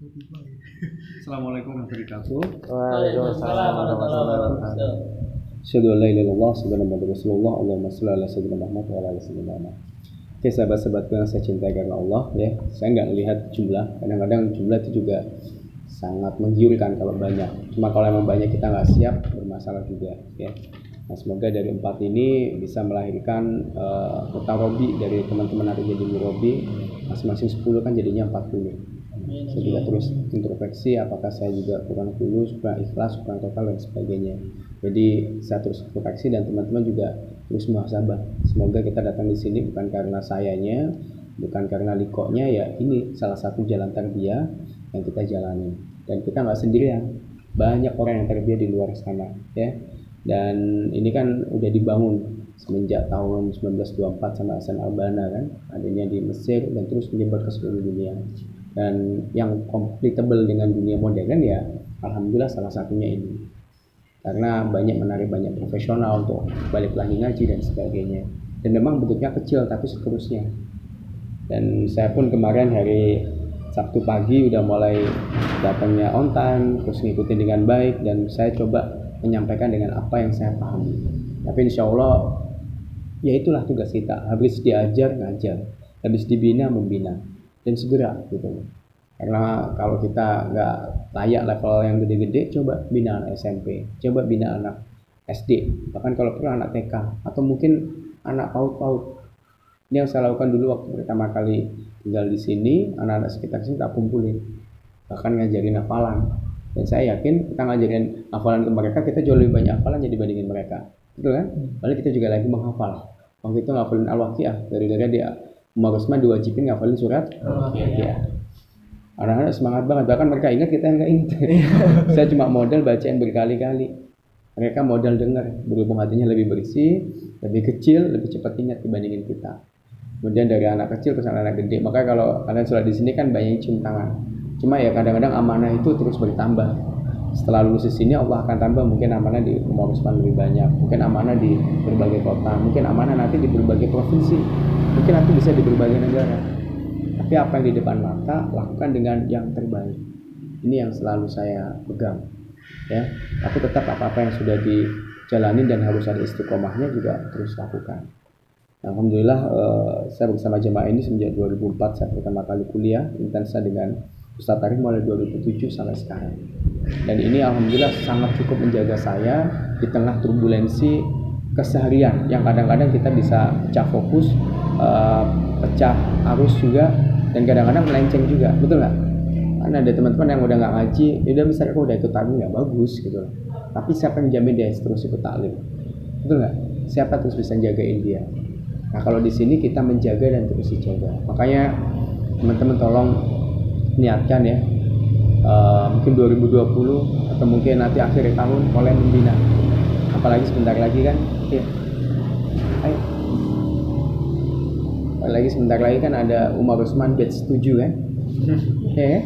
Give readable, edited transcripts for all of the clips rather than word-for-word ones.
Assalamualaikum warahmatullahi wabarakatuh. Waalaikumsalam warahmatullahi wabarakatuh. Asyhadu an la ilaha illallah wa Muhammadur Rasulullah. Allahumma shalli ala sayyidina Muhammad wa ala ali sayyidina Muhammad. Oke, sahabat-sahabatku yang saya cintai karena Allah ya. Saya nggak melihat jumlah. Kadang-kadang jumlah itu juga sangat menggiurkan kalau banyak. Cuma kalau emang banyak kita nggak siap, bermasalah juga ya. Nah, semoga dari 4 ini bisa melahirkan mutarobi dari teman-teman hari jadi murobi. Masing-masing 10 kan jadinya 40. Saya juga terus introspeksi apakah saya juga kurang tulus, kurang ikhlas, kurang total dan sebagainya. Jadi saya terus introspeksi dan teman-teman juga terus muhasabah. Semoga kita datang di sini bukan karena sayanya, bukan karena likonya, ya ini salah satu jalan tarbiyah yang kita jalani. Dan kita nggak sendirian, banyak orang yang tarbiyah di luar sana ya. Dan ini kan udah dibangun semenjak tahun 1924 sama Hasan Al-Banna kan, adanya di Mesir dan terus menyebar ke seluruh dunia. Dan yang compatible dengan dunia modern ya alhamdulillah salah satunya ini, karena banyak menarik banyak profesional untuk balik lagi ngaji dan sebagainya. Dan memang bentuknya kecil tapi seterusnya. Dan saya pun kemarin hari Sabtu pagi udah mulai datangnya on time, terus ngikutin dengan baik, dan saya coba menyampaikan dengan apa yang saya pahami. Tapi insya Allah ya itulah tugas kita, habis diajar ngajar, habis dibina membina dan segera gitu. Karena kalau kita nggak layak level yang gede-gede, coba bina anak SMP, coba bina anak SD, bahkan kalau perlu anak TK atau mungkin anak PAUD. Ini yang saya lakukan dulu waktu pertama kali tinggal di sini. Anak-anak sekitar sini tak kumpulin, bahkan ngajarin hafalan. Dan saya yakin kita ngajarin hafalan ke mereka, kita jauh lebih banyak hafalan jadi dibandingin mereka, betul kan? Padahal kita juga lagi menghafal. Waktu itu ngafalin Al-Waqiah, dari dia Umar Usman diwajibin ngafalin surat Al-Waqiah. Anak-anak semangat banget, bahkan mereka ingat, kita nggak ingat. Saya cuma modal bacain berkali-kali, mereka modal dengar, berhubung hatinya lebih bersih, lebih kecil, lebih cepat ingat dibandingin kita. Kemudian dari anak kecil ke anak gede. Maka kalau kalian sholat di sini kan banyak cium tangan. Cuma ya kadang-kadang amanah itu terus bertambah. Setelah lulus di sini Allah akan tambah, mungkin amanah di Umar Usman lebih banyak, mungkin amanah di berbagai kota, mungkin amanah nanti di berbagai provinsi, mungkin nanti bisa di berbagai negara. Tapi apa yang di depan mata lakukan dengan yang terbaik. Ini yang selalu saya pegang ya. Tapi tetap apa-apa yang sudah dijalani dan harus ada istiqomahnya juga terus lakukan. Alhamdulillah saya bersama jemaah ini sejak 2004 saya pertama kali kuliah intens dengan Ustaz Tarif mulai 2007 sampai sekarang. Dan ini alhamdulillah sangat cukup menjaga saya di tengah turbulensi keseharian yang kadang-kadang kita bisa pecah fokus, pecah arus juga, dan kadang-kadang melenceng juga, betul nggak? Karena ada teman-teman yang udah nggak ngaji, udah misalnya udah ikut taklim nggak bagus gitu. Tapi siapa yang jamin dia terus ikut taklim? Betul nggak? Siapa terus bisa jagain dia? Nah kalau di sini kita menjaga dan terus dijaga. Makanya teman-teman tolong niatkan ya, mungkin 2020 atau mungkin nanti akhir tahun mulai membina. Apalagi sebentar lagi kan, ya. Ayo. Apalagi sebentar lagi kan ada Umar Usman batch 7 kan? Ya.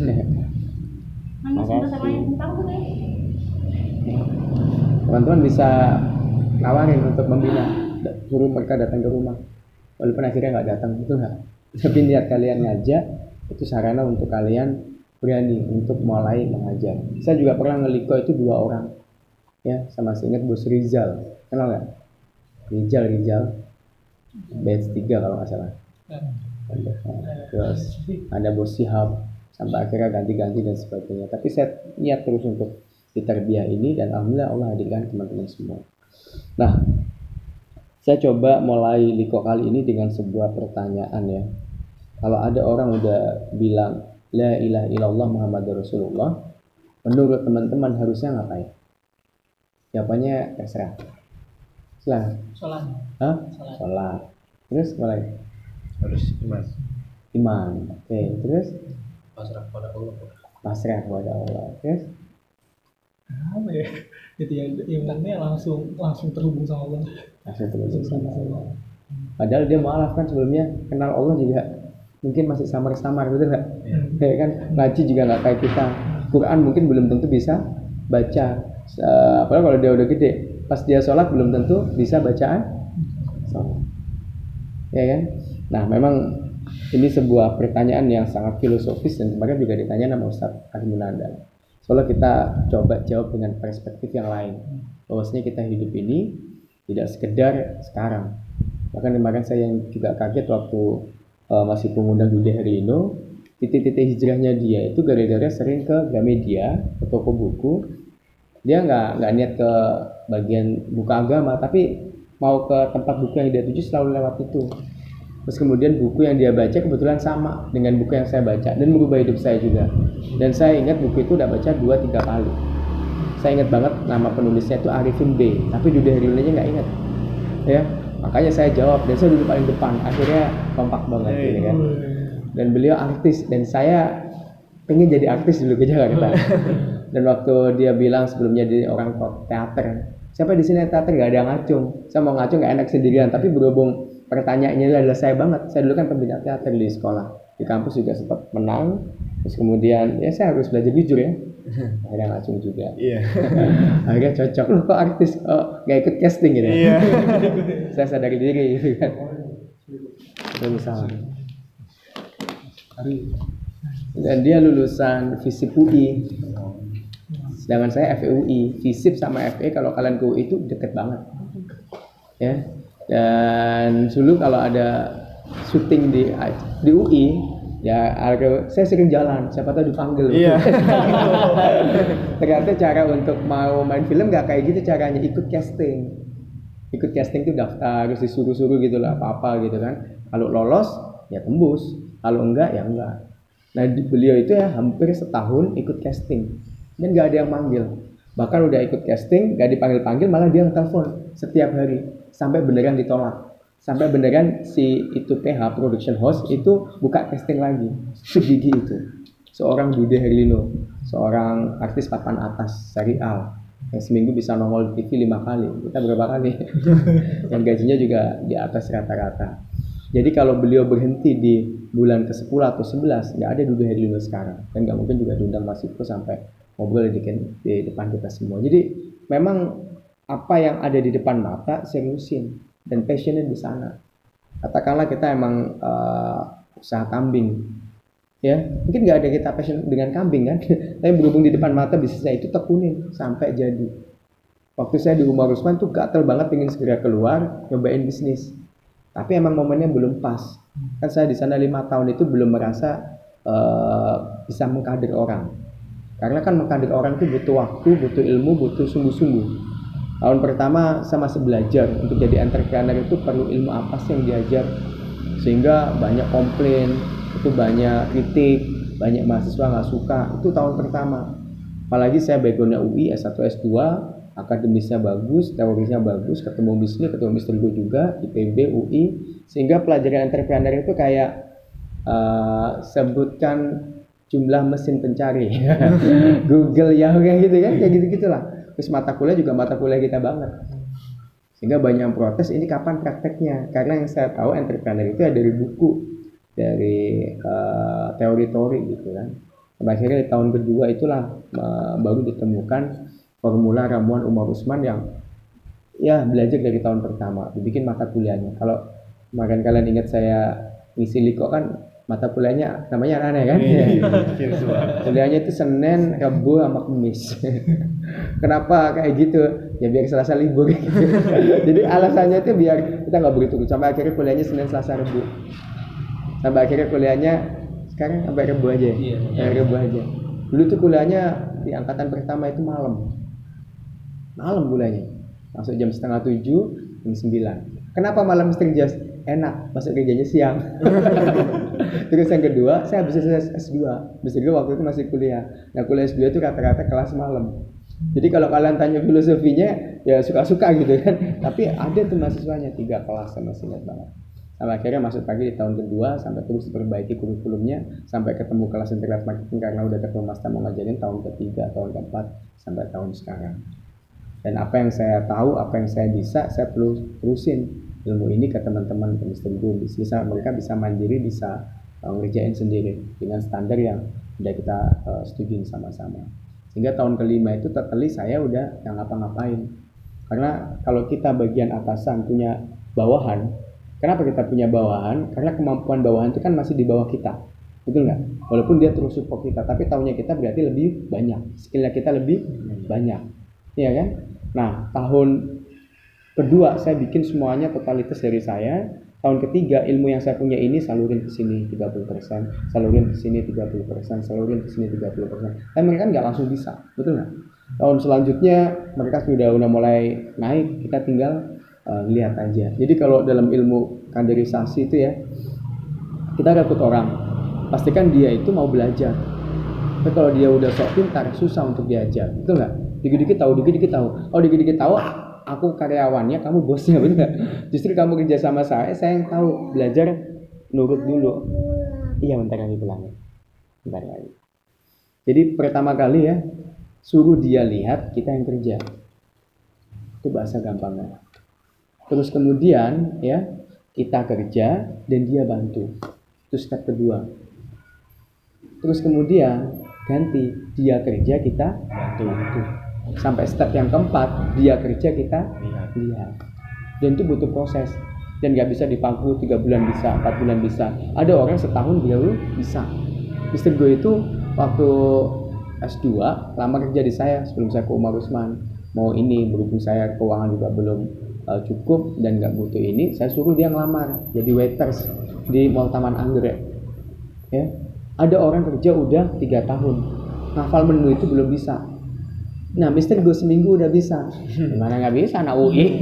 Teman-teman bisa nawarin untuk membina, suruh mereka datang ke rumah, walaupun akhirnya nggak datang, betul nggak? Tapi niat kalian ngajak itu sarana untuk kalian berani untuk mulai mengajar. Saya juga pernah ngeliko itu 2 orang ya, sama saya ingat Bos Rizal, kenal nggak? Rizal batch 3 kalau nggak salah. Terus ada Bos Sihab, sampai akhirnya ganti-ganti dan sebagainya. Tapi saya niat terus untuk di tarbiyah ini, dan alhamdulillah Allah hadirkan teman-teman semua. Nah, saya coba mulai liko kali ini dengan sebuah pertanyaan ya. Kalau ada orang udah bilang la ilaha illallah Muhammadur Rasulullah, menurut teman-teman harusnya ngapain? Jawabannya terserah. Sholat. Hah? Sholat. Terus mulai Harus iman. Oke. Terus pasrah pada Allah. pasrah kepada Allah. Terus apa ya? Jadi imannya langsung terhubung sama Allah. langsung terus sama Allah. Padahal dia mualaf kan sebelumnya, kenal Allah juga mungkin masih samar-samar, betul nggak? Kayak kan ngaji juga nggak kayak kita, Quran mungkin belum tentu bisa baca, apalagi kalau dia udah gede, pas dia sholat belum tentu bisa bacaan sholat, ya kan? Nah memang Ini sebuah pertanyaan yang sangat filosofis dan kemarin juga ditanya sama Ustadz Arif Munandar. Soalnya kita coba jawab dengan perspektif yang lain. Bahwasanya kita hidup ini tidak sekedar sekarang. Bahkan kemarin saya yang juga kaget waktu masih pengundang Dude Herlino, titik-titik hijrahnya dia itu gara-gara sering ke Gramedia, ke toko buku. Dia nggak niat ke bagian buku agama, tapi mau ke tempat buku yang dia tuju selalu lewat itu. Terus kemudian buku yang dia baca kebetulan sama dengan buku yang saya baca dan merubah hidup saya juga. Dan saya ingat buku itu udah baca 2-3 kali. Saya ingat banget nama penulisnya itu Arifin B, tapi Dude Herlino-nya nggak ingat. Ya, makanya saya jawab dan saya duduk paling depan. Akhirnya kompak banget gitu kan. Dan beliau artis dan saya pengen jadi artis dulu ke Jakarta. Dan waktu dia bilang sebelumnya dia orang teater, siapa di sini teater nggak ada yang ngacung. Saya mau ngacung nggak enak sendirian, tapi berhubung pertanyaannya adalah saya banget. Saya dulu kan pembina teater di sekolah, di kampus juga sempat menang. Terus kemudian ya saya harus belajar jujur ya. Akhirnya ngacung juga. Iya. Akhirnya cocok. Loh kok artis? Oh nggak ikut casting gitu. Iya. Saya sadari diri gitu kan. Lulusan. Dan dia lulusan FISIP UI. Sedangkan saya FEUI. FISIP sama FE kalau kalian ke UI itu deket banget. Ya. Dan dulu kalau ada syuting di UI, ya saya sering jalan, siapa tahu dipanggil. Iya. Ternyata cara untuk mau main film nggak kayak gitu caranya, ikut casting. Ikut casting itu daftar, terus disuruh-suruh gitu lah, apa-apa gitu kan. Kalau lolos, ya tembus. Kalau enggak, ya enggak. Nah beliau itu ya hampir setahun ikut casting. Dan nggak ada yang manggil. Bahkan udah ikut casting, nggak dipanggil-panggil, malah dia ngetelepon setiap hari. Sampai beneran ditolak. Sampai beneran si itu PH, production host, itu buka casting lagi. Segigi itu. Seorang Dude Herlino, seorang artis papan atas, serial. Yang seminggu bisa nongol di TV 5 kali. Kita berapa kali? Yang gajinya juga di atas rata-rata. Jadi kalau beliau berhenti di bulan ke-10 atau 11, nggak ada Dude Herlino sekarang. Dan nggak mungkin juga diundang Mas Iko sampai ngobrol di depan kita semua. Jadi memang apa yang ada di depan mata seriusin dan passionnya di sana. Katakanlah kita emang usaha kambing, ya mungkin nggak ada kita passion dengan kambing kan, tapi berhubung di depan mata bisnisnya itu tekunin sampai jadi. Waktu saya di Umar Usman tuh gatel banget pengen segera keluar nyobain bisnis, tapi emang momennya belum pas. Kan saya di sana 5 tahun itu belum merasa bisa mengkader orang, karena kan mengkader orang itu butuh waktu, butuh ilmu, butuh sungguh-sungguh. Tahun pertama saya masih belajar untuk jadi entrepreneur itu perlu ilmu apa sih yang diajar, sehingga banyak komplain, itu banyak kritik, banyak mahasiswa nggak suka. Itu tahun pertama. Apalagi saya backgroundnya UI, S1, S2, akademisnya bagus, teorisnya bagus, ketemu Mr. Go juga, IPB, UI, sehingga pelajaran entrepreneur itu kayak sebutkan jumlah mesin pencari, Google, Yahoo kayak gitu kan, kayak gitu-gitulah. Terus mata kuliah juga mata kuliah kita banget. Sehingga banyak yang protes ini kapan prakteknya. Karena yang saya tahu entrepreneur itu ada dari buku, dari teori-teori gitu kan. Akhirnya di tahun kedua itulah baru ditemukan formula ramuan Umar Usman yang ya belajar dari tahun pertama. Dibikin mata kuliahnya. Kalau kemarin kalian ingat saya ngisi Liko kan mata kuliahnya namanya aneh kan? Kuliahnya itu Senin, Rabu, sama Kamis. Kenapa kayak gitu? Ya biar Selasa libur gitu. Jadi alasannya itu biar kita nggak begitu. Sampai akhirnya kuliahnya Senin, Selasa, Rabu. Sampai akhirnya kuliahnya sekarang sampai Rabu aja. Rabu aja. Dulu tuh kuliahnya di angkatan pertama itu malam kuliahnya. Masuk jam 6:30, jam 9. Kenapa malam Mr. Jas? Enak, masuk kerjanya siang. Terus yang kedua, saya habis S2. S2 waktu itu masih kuliah. Nah kuliah S2 itu rata-rata kelas malam. Jadi kalau kalian tanya filosofinya, ya suka-suka gitu kan. Tapi ada tuh mahasiswanya 3 kelas, saya masih ingat banget. Sampai akhirnya masuk pagi di tahun kedua, sampai terus diperbaiki kurikulumnya, sampai ketemu kelas integrasi marketing karena udah ketemu Mas mau ngajarin tahun ketiga, tahun keempat, sampai tahun sekarang. Dan apa yang saya tahu, apa yang saya bisa, saya terusin ilmu ini ke teman-teman Mr. Go. Bisa mereka bisa mandiri, bisa ngerjain sendiri dengan standar yang udah kita setujuin sama-sama. Sehingga tahun kelima itu totally saya udah yang ngapa-ngapain. Karena kalau kita bagian atasan punya bawahan, Kenapa kita punya bawahan? Karena kemampuan bawahan itu kan masih di bawah kita, betul nggak? Walaupun dia terus support kita, tapi tahunya kita berarti lebih banyak, skillnya kita lebih banyak, iya kan? Nah, tahun kedua saya bikin semuanya totalitas dari saya. Tahun ketiga ilmu yang saya punya ini salurin ke sini 30%, salurin ke sini 30%, salurin ke sini 30%. Tapi mereka nggak langsung bisa, betul nggak? Tahun selanjutnya mereka sudah mulai naik, kita tinggal lihat aja. Jadi kalau dalam ilmu kaderisasi itu ya, kita rekrut orang, pastikan dia itu mau belajar. Tapi kalau dia udah sok pintar, susah untuk diajar, betul nggak? Dikit-dikit tahu, dikit-dikit tahu. Oh, dikit-dikit tahu, aku karyawannya, kamu bosnya, betul nggak? Justru kamu kerja sama saya yang tahu, belajar nurut dulu. Iya, bentar lagi pulangnya. Bentar lagi. Jadi pertama kali ya, suruh dia lihat kita yang kerja. Itu bahasa gampangnya. Terus kemudian ya, kita kerja dan dia bantu. Itu step kedua. Terus kemudian ganti, dia kerja, kita bantu. Sampai step yang keempat, dia kerja, kita lihat. Dan itu butuh proses. Dan gak bisa dipangku 3 bulan bisa, 4 bulan bisa. Ada orang setahun dia bisa. Mister gue itu waktu S2 lama kerja di saya sebelum saya ke Umar Usman. Mau ini, berhubung saya keuangan juga belum cukup dan gak butuh ini, saya suruh dia ngelamar jadi waiters di Mall Taman Anggrek. Ya, ada orang kerja udah 3 tahun, ngafal menu itu belum bisa. Nah, Mister gue seminggu udah bisa. Gimana nggak bisa, anak UI?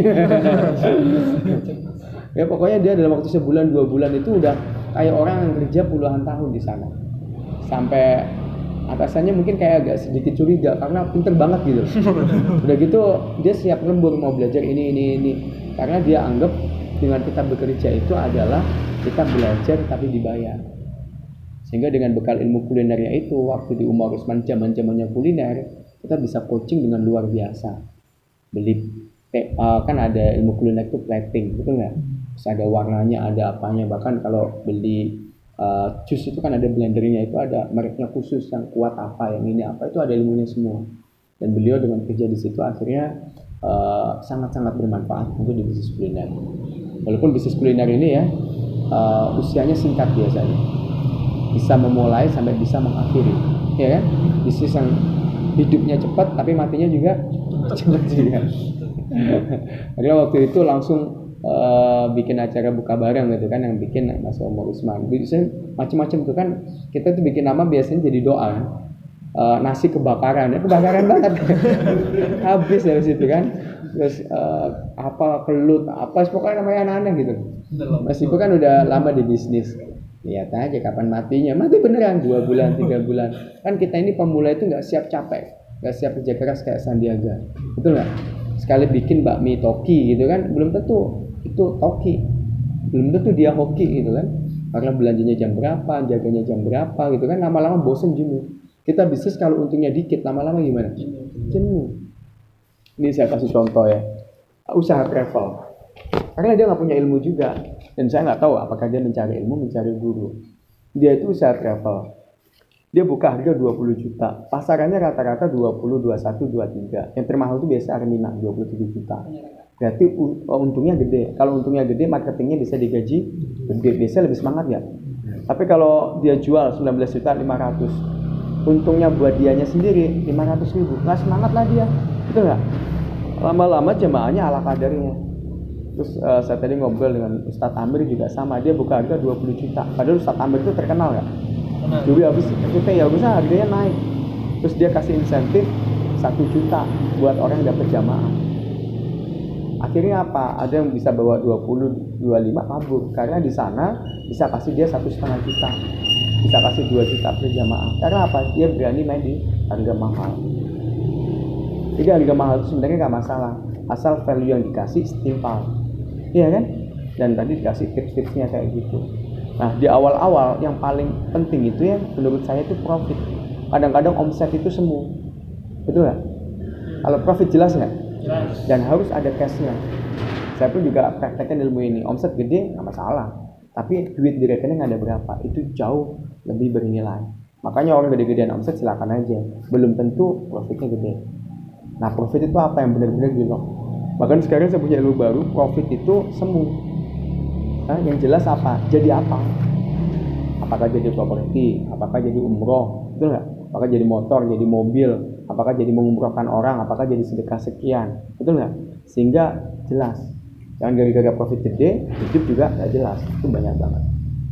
Ya pokoknya dia dalam waktu sebulan 2 bulan itu udah kayak orang yang kerja puluhan tahun di sana. Sampai atasannya mungkin kayak agak sedikit curiga karena pinter banget gitu. Udah gitu dia siap lembur mau belajar ini. Karena dia anggap dengan kita bekerja itu adalah kita belajar tapi dibayar. Sehingga dengan bekal ilmu kulinernya itu, waktu di Umar Usman zaman-zamannya kuliner, kita bisa coaching dengan luar biasa. Beli kan ada ilmu kuliner itu plating, betul nggak? Terus ada warnanya, ada apanya. Bahkan kalau beli jus itu kan ada blendernya, itu ada mereknya khusus yang kuat apa, yang ini apa, itu ada ilmunya semua. Dan beliau dengan kerja di situ akhirnya sangat-sangat bermanfaat untuk di bisnis kuliner. Walaupun bisnis kuliner ini ya usianya singkat biasanya, bisa memulai sampai bisa mengakhiri, ya kan? Bisnis yang hidupnya cepat tapi matinya juga cepat juga. Akhirnya waktu itu langsung bikin acara buka bareng gitu kan, yang bikin Mas Umar Usman. Biasanya macam-macam tuh kan, kita tuh bikin nama biasanya jadi doa. Nasi kebakaran, ya kebakaran banget. Habis dari situ kan. Terus apa kelut, apa pokoknya namanya aneh-aneh gitu. Meskipun kan udah lama di bisnis. Lihat aja kapan matinya, mati beneran 2 bulan, 3 bulan. Kan kita ini pemula itu nggak siap capek, nggak siap kerja keras kayak Sandiaga, betul nggak? Sekali bikin bakmi toki gitu kan, belum tentu itu toki, belum tentu dia hoki gitu kan. Karena belanjanya jam berapa, jaganya jam berapa gitu kan, lama-lama bosen jenuh. Kita bisnis kalau untungnya dikit, lama-lama gimana? Jenuh. Ini saya kasih contoh ya, usaha travel. Karena dia nggak punya ilmu juga, dan saya nggak tahu apakah dia mencari ilmu, mencari guru. Dia itu usaha travel, dia buka harga 20 juta, pasarannya rata-rata 20, 21, 23. Yang termahal itu biasa Armina 27 juta. Berarti untungnya gede. Kalau untungnya gede, marketingnya bisa digaji gede, biasanya lebih semangat ya. Tapi kalau dia jual 19 juta 500, untungnya buat dianya sendiri 500 ribu, nggak semangat lah dia, betul nggak? Lama-lama jemaahnya ala kadarnya. Terus saya tadi ngobrol dengan Ustadz Amir juga sama, dia buka harga 20 juta. Padahal Ustadz Amir itu terkenal nggak? Jadi habis kita ya bisa harganya naik. Terus dia kasih insentif 1 juta buat orang yang dapat jamaah. Akhirnya apa? Ada yang bisa bawa 20, 25 kabur. Karena di sana bisa kasih dia 1,5 juta. Bisa kasih 2 juta per jamaah. Karena apa? Dia berani main di harga mahal. Jadi harga mahal itu sebenarnya nggak masalah, asal value yang dikasih setimpal. Iya kan? Dan tadi dikasih tips-tipsnya kayak gitu. Nah, di awal-awal yang paling penting itu ya menurut saya itu profit. Kadang-kadang omset itu semu. Betul nggak? Kalau profit jelas nggak? Jelas. Dan harus ada cash-nya. Saya pun juga praktekkan ilmu ini. Omset gede nggak masalah, tapi duit di rekening ada berapa? Itu jauh lebih bernilai. Makanya orang gede-gedean omset silakan aja. Belum tentu profitnya gede. Nah, profit itu apa yang benar-benar gila? Bahkan sekarang saya punya ilmu baru, profit itu semu. Yang jelas apa? Jadi apa? Apakah jadi properti? Apakah jadi umroh? Betul nggak? Apakah jadi motor, jadi mobil? Apakah jadi mengumrohkan orang? Apakah jadi sedekah sekian? Betul nggak? Sehingga jelas. Jangan gara-gara profit gede, hidup juga nggak jelas. Itu banyak banget.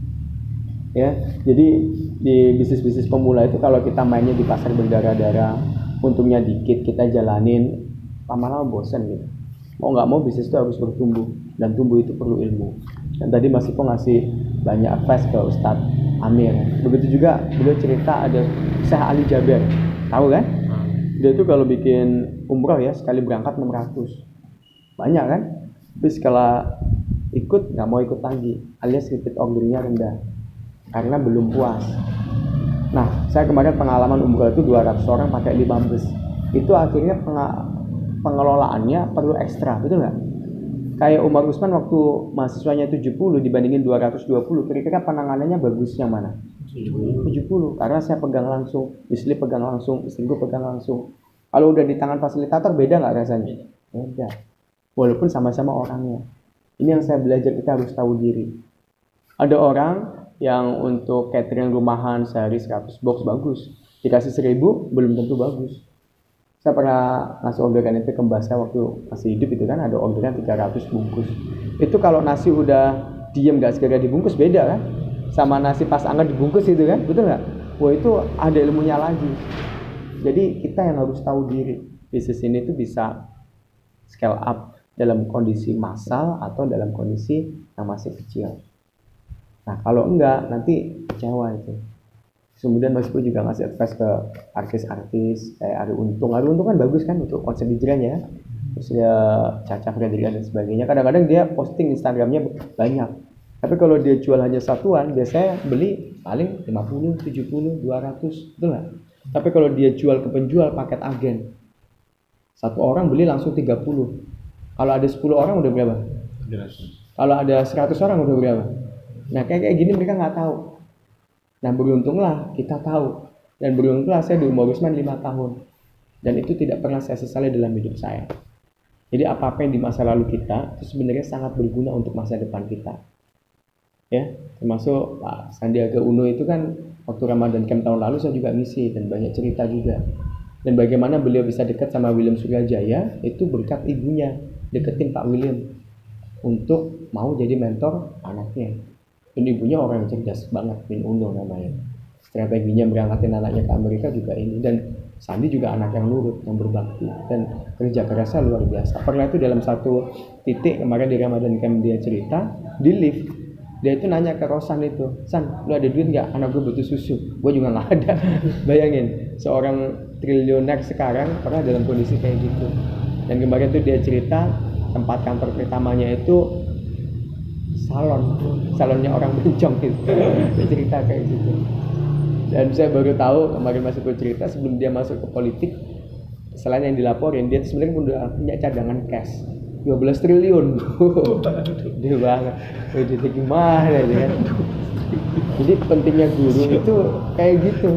Ya, jadi di bisnis-bisnis pemula itu kalau kita mainnya di pasar berdarah-darah, untungnya dikit, kita jalanin, lama-lama bosan gitu. Mau nggak mau bisnis itu harus bertumbuh, dan tumbuh itu perlu ilmu. Dan tadi Mas Iko ngasih banyak advice ke Ustadz Amir. Begitu juga beliau cerita ada Syekh Ali Jaber, tahu kan? Dia itu kalau bikin umroh ya sekali berangkat 600, banyak kan? Tapi setelah ikut nggak mau ikut lagi, alias repeat ordernya rendah karena belum puas. Nah, saya kemarin pengalaman umroh itu 200 orang pakai 5 bus. Itu akhirnya pengelolaannya perlu ekstra, betul nggak? Kayak Umar Usman waktu mahasiswanya 70 dibandingin 220, kira-kira penanganannya bagus yang mana? 70, karena saya pegang langsung, istri pegang langsung, istriku pegang langsung. Kalau udah di tangan fasilitator beda nggak rasanya? Beda. Walaupun sama-sama orangnya. Ini yang saya belajar, kita harus tahu diri. Ada orang yang untuk catering rumahan sehari 100 box bagus, dikasih 1000 belum tentu bagus. Saya pernah ngasih orderan itu ke mbak saya waktu masih hidup, itu kan ada orderan 300 bungkus. Itu kalau nasi udah diem gak segera dibungkus beda kan, sama nasi pas anget dibungkus itu kan, betul gak? Wah, itu ada ilmunya lagi. Jadi kita yang harus tahu diri. Bisnis ini tuh bisa scale up dalam kondisi massal atau dalam kondisi yang masih kecil. Nah kalau enggak nanti kecewa itu. Kemudian Mas Bro juga ngasih advice ke artis-artis kayak Ari Untung. Ari Untung kan bagus kan untuk konsep hijrah ya. Terus dia Caca Frederian dan sebagainya. Kadang-kadang dia posting Instagramnya banyak. Tapi kalau dia jual hanya satuan, biasanya beli paling 50, 70, 200, betul nggak? Tapi kalau dia jual ke penjual paket agen, satu orang beli langsung 30. Kalau ada 10 orang udah berapa? Kalau ada 100 orang udah berapa? Nah kayak gini mereka nggak tahu. Nah beruntunglah kita tahu, dan beruntunglah saya di Umar Usman 5 tahun, dan itu tidak pernah saya sesali dalam hidup saya. Jadi apa-apa yang di masa lalu kita itu sebenarnya sangat berguna untuk masa depan kita. Ya, termasuk Pak Sandiaga Uno itu kan waktu Ramadan Camp tahun lalu saya juga ngisi dan banyak cerita juga. Dan bagaimana beliau bisa dekat sama William Suryajaya itu berkat ibunya deketin Pak William untuk mau jadi mentor anaknya. Dan ibunya orang yang cerdas banget, Min Uno namanya. Strateginya berangkatin anaknya ke Amerika juga ini. Dan Sandi juga anak yang nurut, yang berbakti, dan kerja kerasnya luar biasa. Pernah itu dalam satu titik kemarin di Ramadan Camp dia cerita di lift, dia itu nanya ke Rosan itu, San, lu ada duit nggak? Anak gue butuh susu. Gue juga nggak ada. Bayangin, seorang triliuner sekarang pernah dalam kondisi kayak gitu. Dan kemarin itu dia cerita tempat kantor pertamanya itu salonnya orang bencong gitu. Dia cerita kayak gitu. Dan saya baru tahu kemarin masuk ke cerita sebelum dia masuk ke politik, selain yang dilaporin, dia sebenarnya udah punya cadangan cash 12 triliun. Dia banget. Jadi gimana ya kan? Jadi pentingnya guru itu kayak gitu.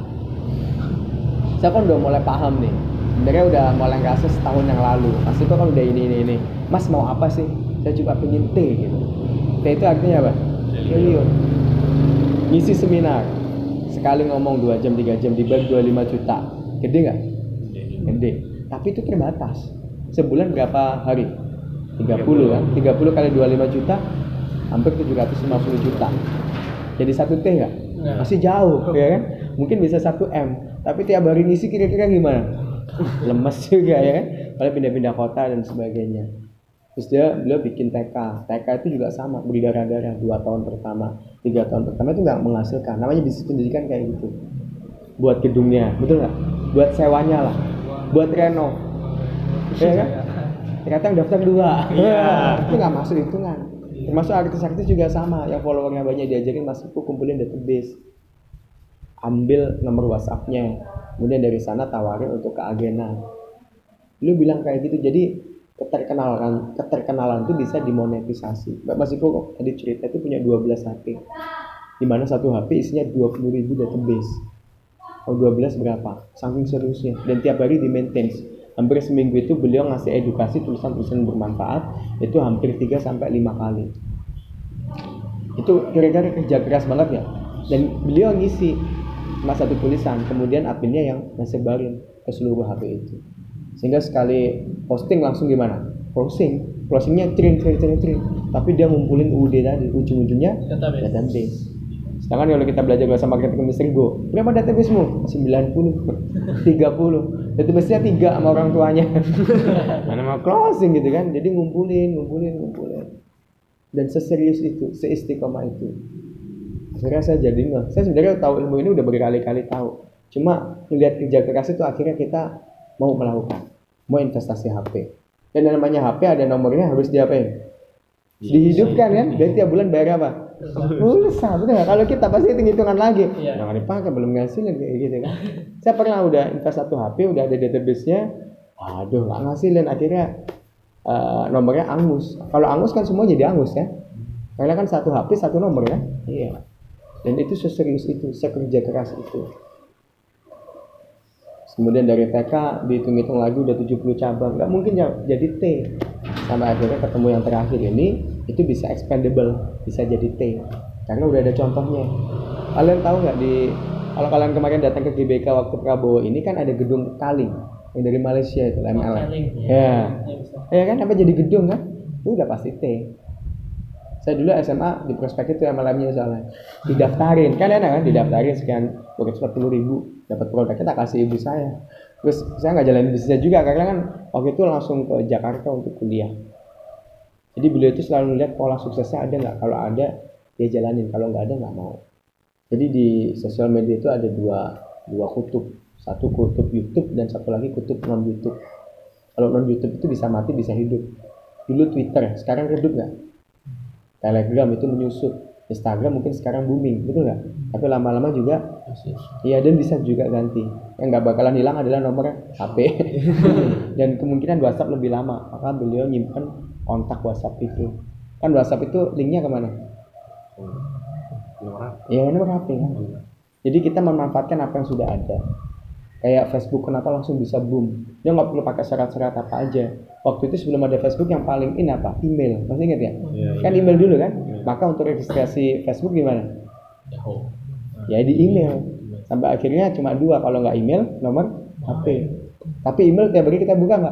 Saya kan udah mulai paham nih. Sebenarnya udah mulai ngerasa setahun yang lalu. Mas itu kan udah ini. Mas mau apa sih? Saya cuma pengen T gitu. T itu artinya apa? Triliun. Ngisi seminar. Sekali ngomong 2 jam, 3 jam dibagi 25 juta. Gede nggak? Gede. Tapi itu terbatas. Sebulan berapa hari? 30 kan? 30 kali 25 juta hampir 750 juta. Jadi 1 T nggak? Masih jauh ya kan? Mungkin bisa 1 M. Tapi tiap hari ngisi kira-kira gimana? Lemes juga ya kan? Paling pindah-pindah kota dan sebagainya. Terus beliau bikin TK itu juga sama, berdarah-darah 2 tahun pertama, 3 tahun pertama itu nggak menghasilkan. Namanya bisnis pendidikan kayak gitu. Buat gedungnya, betul nggak? Buat sewanya lah, buat renov. Ya kan? Ternyata yang daftar 2. Itu nggak masuk hitungan. Termasuk artis-artis juga sama, yang followernya banyak diajarin masuk kumpulin database, ambil nomor WhatsApp-nya, kemudian dari sana tawarin untuk keagenan. Lu bilang kayak gitu, jadi keterkenalan itu bisa dimonetisasi. Mas Iko tadi cerita itu punya 12 HP, di mana satu HP isinya 20.000 database. Kalau 12 berapa? Saking seriusnya. Dan tiap hari di maintenance. Hampir seminggu itu beliau ngasih edukasi tulisan-tulisan bermanfaat itu hampir 3-5 kali. Itu kira-kira kerja keras banget ya. Dan beliau ngisi cuma satu tulisan, kemudian adminnya yang nyebarin ke seluruh HP itu. Sehingga sekali posting langsung gimana? Closingnya trin. Tapi dia ngumpulin UUD tadi, ujung-ujungnya database. Sedangkan kalau kita belajar bahasa marketing Mr. Go, berapa database-mu? 90, 30. Database-nya 3 sama orang tuanya. Mana mau closing gitu kan. Jadi ngumpulin. Dan seserius itu, seistiqomah itu. Akhirnya saya jadi saya sebenarnya tahu ilmu ini udah berkali-kali tahu. Cuma melihat kerja keras itu akhirnya kita mau melakukan, mau investasi HP. Dan yang namanya HP ada nomornya harus diapain? Dihidupkan kan? Jadi tiap bulan bayar apa? Pulsa, betul nggak? Kalau kita pasti hitung-hitungan lagi. Jangan dipakai, belum ngasilin kayak gitu kan. Saya pernah udah invest satu HP, udah ada database-nya. Waduh, nggak ngasilin. Akhirnya nomornya angus. Kalau angus kan semua jadi angus ya. Karena kan satu HP satu nomor ya. Iya. Dan itu seserius itu, sekerja keras itu. Kemudian dari TK dihitung-hitung lagi udah 70 cabang. Nggak mungkin jadi T. Sampai akhirnya ketemu yang terakhir ini, itu bisa expandable, bisa jadi T. Karena udah ada contohnya. Kalian tahu nggak kalau kalian kemarin datang ke GBK waktu Prabowo ini kan ada gedung Kaling yang dari Malaysia itu MLM. Ya kan apa jadi gedung kan? Itu udah pasti T. Saya dulu SMA di prospek itu MLM-nya soalnya didaftarin kan enak kan, didaftarin sekian 40.000 dapat produknya tak kasih ibu saya. Terus saya nggak jalanin bisnisnya juga karena kan waktu itu langsung ke Jakarta untuk kuliah. Jadi beliau itu selalu lihat pola suksesnya ada nggak, kalau ada dia jalanin, kalau nggak ada nggak mau. Jadi di sosial media itu ada dua kutub, satu kutub YouTube dan satu lagi kutub non YouTube. Kalau non YouTube itu bisa mati bisa hidup. Dulu Twitter, sekarang redup nggak? Telegram itu menyusut, Instagram mungkin sekarang booming, betul nggak? Tapi lama-lama juga, iya dan bisa juga ganti. Yang nggak bakalan hilang adalah nomor HP dan kemungkinan WhatsApp lebih lama. Maka beliau nyimpen kontak WhatsApp itu. Kan WhatsApp itu linknya kemana? Iya nomor HP kan. Jadi kita memanfaatkan apa yang sudah ada. Kayak Facebook kenapa langsung bisa boom? Dia nggak perlu pakai syarat-syarat apa aja. Waktu itu sebelum ada Facebook yang paling in apa? Email. Masih ingat ya? Kan email dulu kan? Maka untuk registrasi Facebook gimana? Ya di email. Sampai akhirnya cuma 2 kalau nggak email, nomor HP. Tapi email tiap hari kita buka nggak?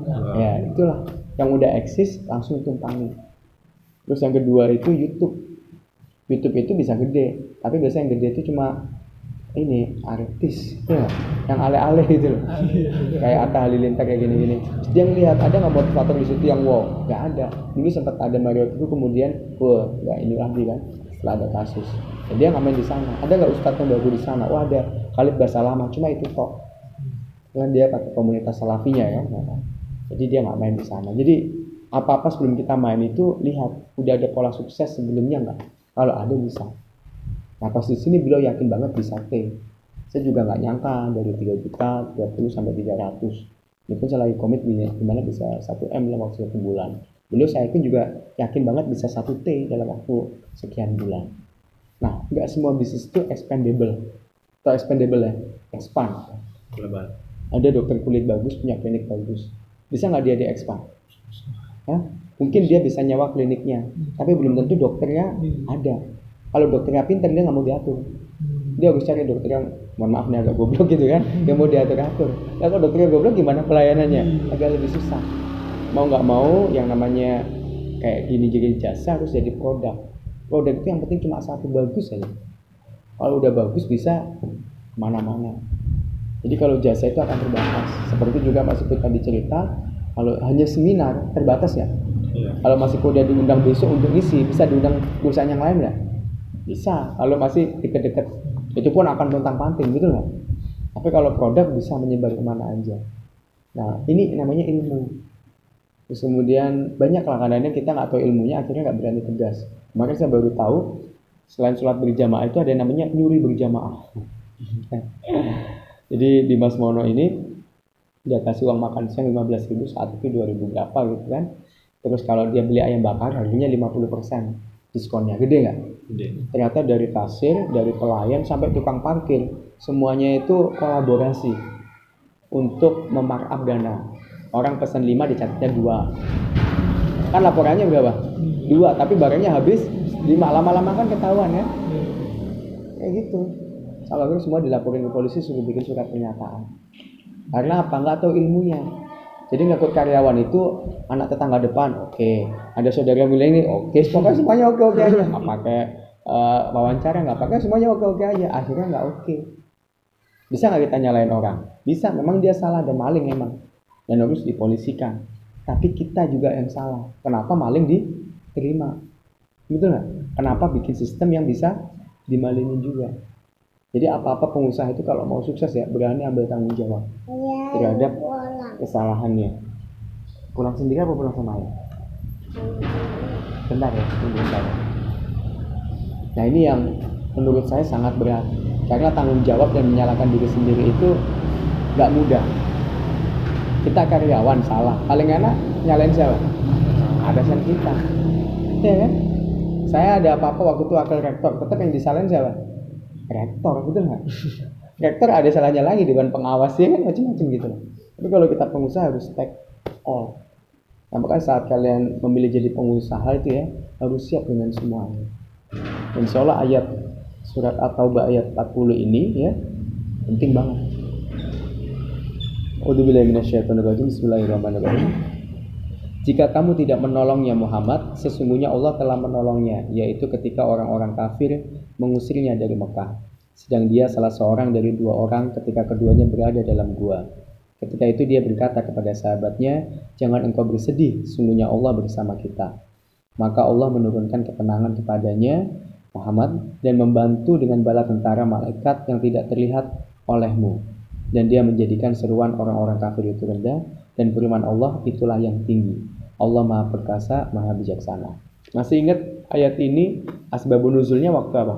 Ya itulah yang udah eksis langsung tumpangi. Terus yang kedua itu YouTube. YouTube itu bisa gede, tapi biasanya yang gede itu cuma ini artis ya, yang ale-ale gitu loh. Kayak Atta Halilintar kayak gini-gini. Terus dia ngelihat ada nggak motivator di situ yang wow, nggak ada. Dulu sempat ada Mario itu kemudian, wah nggak ini lagi kan. Setelah ada kasus, dan dia nggak main di sana. Ada nggak ustadz yang bagus di sana? Wah ada. Khalid Basalamah, cuma itu kok. Kan dia pakai komunitas salafinya ya. Jadi dia nggak main di sana. Jadi apa-apa sebelum kita main itu lihat, udah ada pola sukses sebelumnya nggak? Kalau ada bisa. Nah pas di sini beliau yakin banget bisa T. Saya juga nggak nyangka dari 3 juta 30 sampai 300. Ini pun saya lagi komit gimana bisa 1M dalam waktu 1 bulan. Beliau saya yakin juga yakin banget bisa 1 T dalam waktu sekian bulan. Nah nggak semua bisnis itu expandable. Atau expandable ya, expand. Global. Ada dokter kulit bagus punya klinik bagus. Bisa nggak dia expand? Hah? Mungkin dia bisa nyewa kliniknya, tapi belum tentu dokternya ada. Kalau dokternya pintar dia nggak mau diatur. Dia harus cari dokter yang, mohon maaf nih agak goblok gitu kan, yang mau diatur-atur. Nah, kalau dokternya goblok gimana pelayanannya? Agak lebih susah. Mau nggak mau yang namanya kayak gini jadi jasa harus jadi produk. Produk itu yang penting cuma satu bagus aja. Kalau udah bagus bisa mana-mana. Jadi kalau jasa itu akan terbatas. Seperti juga Mas Iput tadi cerita, kalau hanya seminar terbatas ya. Kalau masih udah diundang besok untuk ngisi, bisa diundang perusahaan yang lain nggak? Bisa. Kalau masih deket-deket, itu pun akan pontang-panting, gitu nggak? Tapi kalau produk bisa menyebar kemana aja. Nah, ini namanya ilmu. Terus kemudian banyak lah kadang-kadang kita nggak tahu ilmunya, akhirnya nggak berani tegas. Kemarin saya baru tahu, selain sholat berjamaah itu ada yang namanya nyuri berjamaah. Jadi di Mas Mono ini dia kasih uang makan siang 15.000, saat itu 2.000 berapa gitu kan. Terus kalau dia beli ayam bakar harganya 50% diskonnya, gede nggak? Gede. Ternyata dari kasir, dari pelayan sampai tukang parkir semuanya itu kolaborasi untuk memarkup dana. Orang pesan 5 dicatatnya 2. Kan laporannya berapa? 2, tapi barangnya habis Di lama-lama kan ketahuan ya. Kayak gitu. Kalau terus semua dilaporin ke polisi suruh bikin surat pernyataan. Karena apa? Nggak tahu ilmunya. Jadi ngikut karyawan itu anak tetangga depan, oke. Ada saudara bilang ini, oke. Pokoknya semuanya oke aja. Nggak pakai wawancara, nggak pakai semuanya oke aja. Akhirnya nggak oke. Bisa nggak kita nyalain orang? Bisa. Memang dia salah dan maling memang. Dan harus dipolisikan. Tapi kita juga yang salah. Kenapa maling diterima? Betul nggak? Kenapa bikin sistem yang bisa dimalingin juga? Jadi apa-apa pengusaha itu kalau mau sukses ya berani ambil tanggung jawab terhadap kesalahannya. Pulang sendiri apa pulang sama ayah? Bentar ya, bentar. Nah ini yang menurut saya sangat berat. Karena tanggung jawab dan menyalahkan diri sendiri itu gak mudah. Kita karyawan salah, paling enak nyalain siapa? Atasan kita. Ya kan? Saya ada apa-apa waktu itu wakil rektor, tetap yang disalahin siapa? Rektor, betul nggak? Rektor ada salahnya lagi dengan pengawas ya kan macam-macam gitu. Tapi kalau kita pengusaha harus take all. Nah, makanya saat kalian memilih jadi pengusaha itu ya harus siap dengan semuanya. Insya Allah ayat surat At-Taubah ayat 40 ini ya penting banget. A'udzubillahi minasyaitonirrajim. Bismillahirrahmanirrahim. Jika kamu tidak menolongnya Muhammad, sesungguhnya Allah telah menolongnya, yaitu ketika orang-orang kafir mengusirnya dari Mekah. Sedang dia salah seorang dari dua orang ketika keduanya berada dalam gua. Ketika itu dia berkata kepada sahabatnya, jangan engkau bersedih, sesungguhnya Allah bersama kita. Maka Allah menurunkan ketenangan kepadanya, Muhammad, dan membantu dengan bala tentara malaikat yang tidak terlihat olehmu. Dan dia menjadikan seruan orang-orang kafir itu rendah, dan firman Allah itulah yang tinggi. Allah Maha Perkasa, Maha Bijaksana. Masih ingat ayat ini asbabun nuzulnya waktu apa?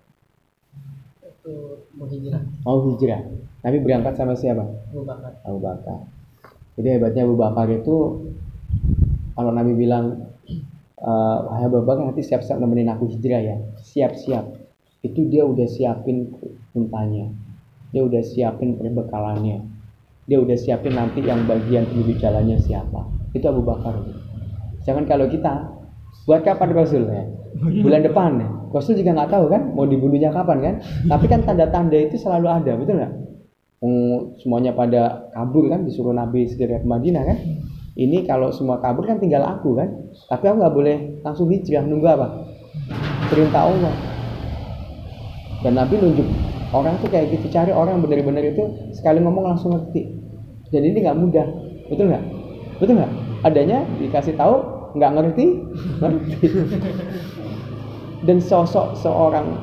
Itu mau hijrah. Mau hijrah. Nabi berangkat sama siapa? Abu Bakar. Jadi hebatnya Abu Bakar itu kalau Nabi bilang wahai Abu Bakar nanti siap-siap nemenin aku hijrah ya. Siap-siap. Itu dia udah siapin untanya. Dia udah siapin perbekalannya. Dia udah siapin nanti yang bagian penunjuk jalannya siapa. Itu Abu Bakar. Jangan kalau kita buat kapan Rasul ya? Bulan depan ya. Rasul juga nggak tahu kan mau dibunuhnya kapan kan. Tapi kan tanda-tanda itu selalu ada, betul nggak? Semuanya pada kabur kan, disuruh Nabi segera ke Madinah kan. Ini kalau semua kabur kan tinggal aku kan. Tapi aku nggak boleh langsung hijrah, nunggu apa? Perintah Allah. Dan Nabi nunjuk orang tuh kayak gitu, cari orang benar-benar itu sekali ngomong langsung ngerti. Dan ini nggak mudah, betul nggak? Betul nggak? Adanya dikasih tahu nggak ngerti. Dan sosok seorang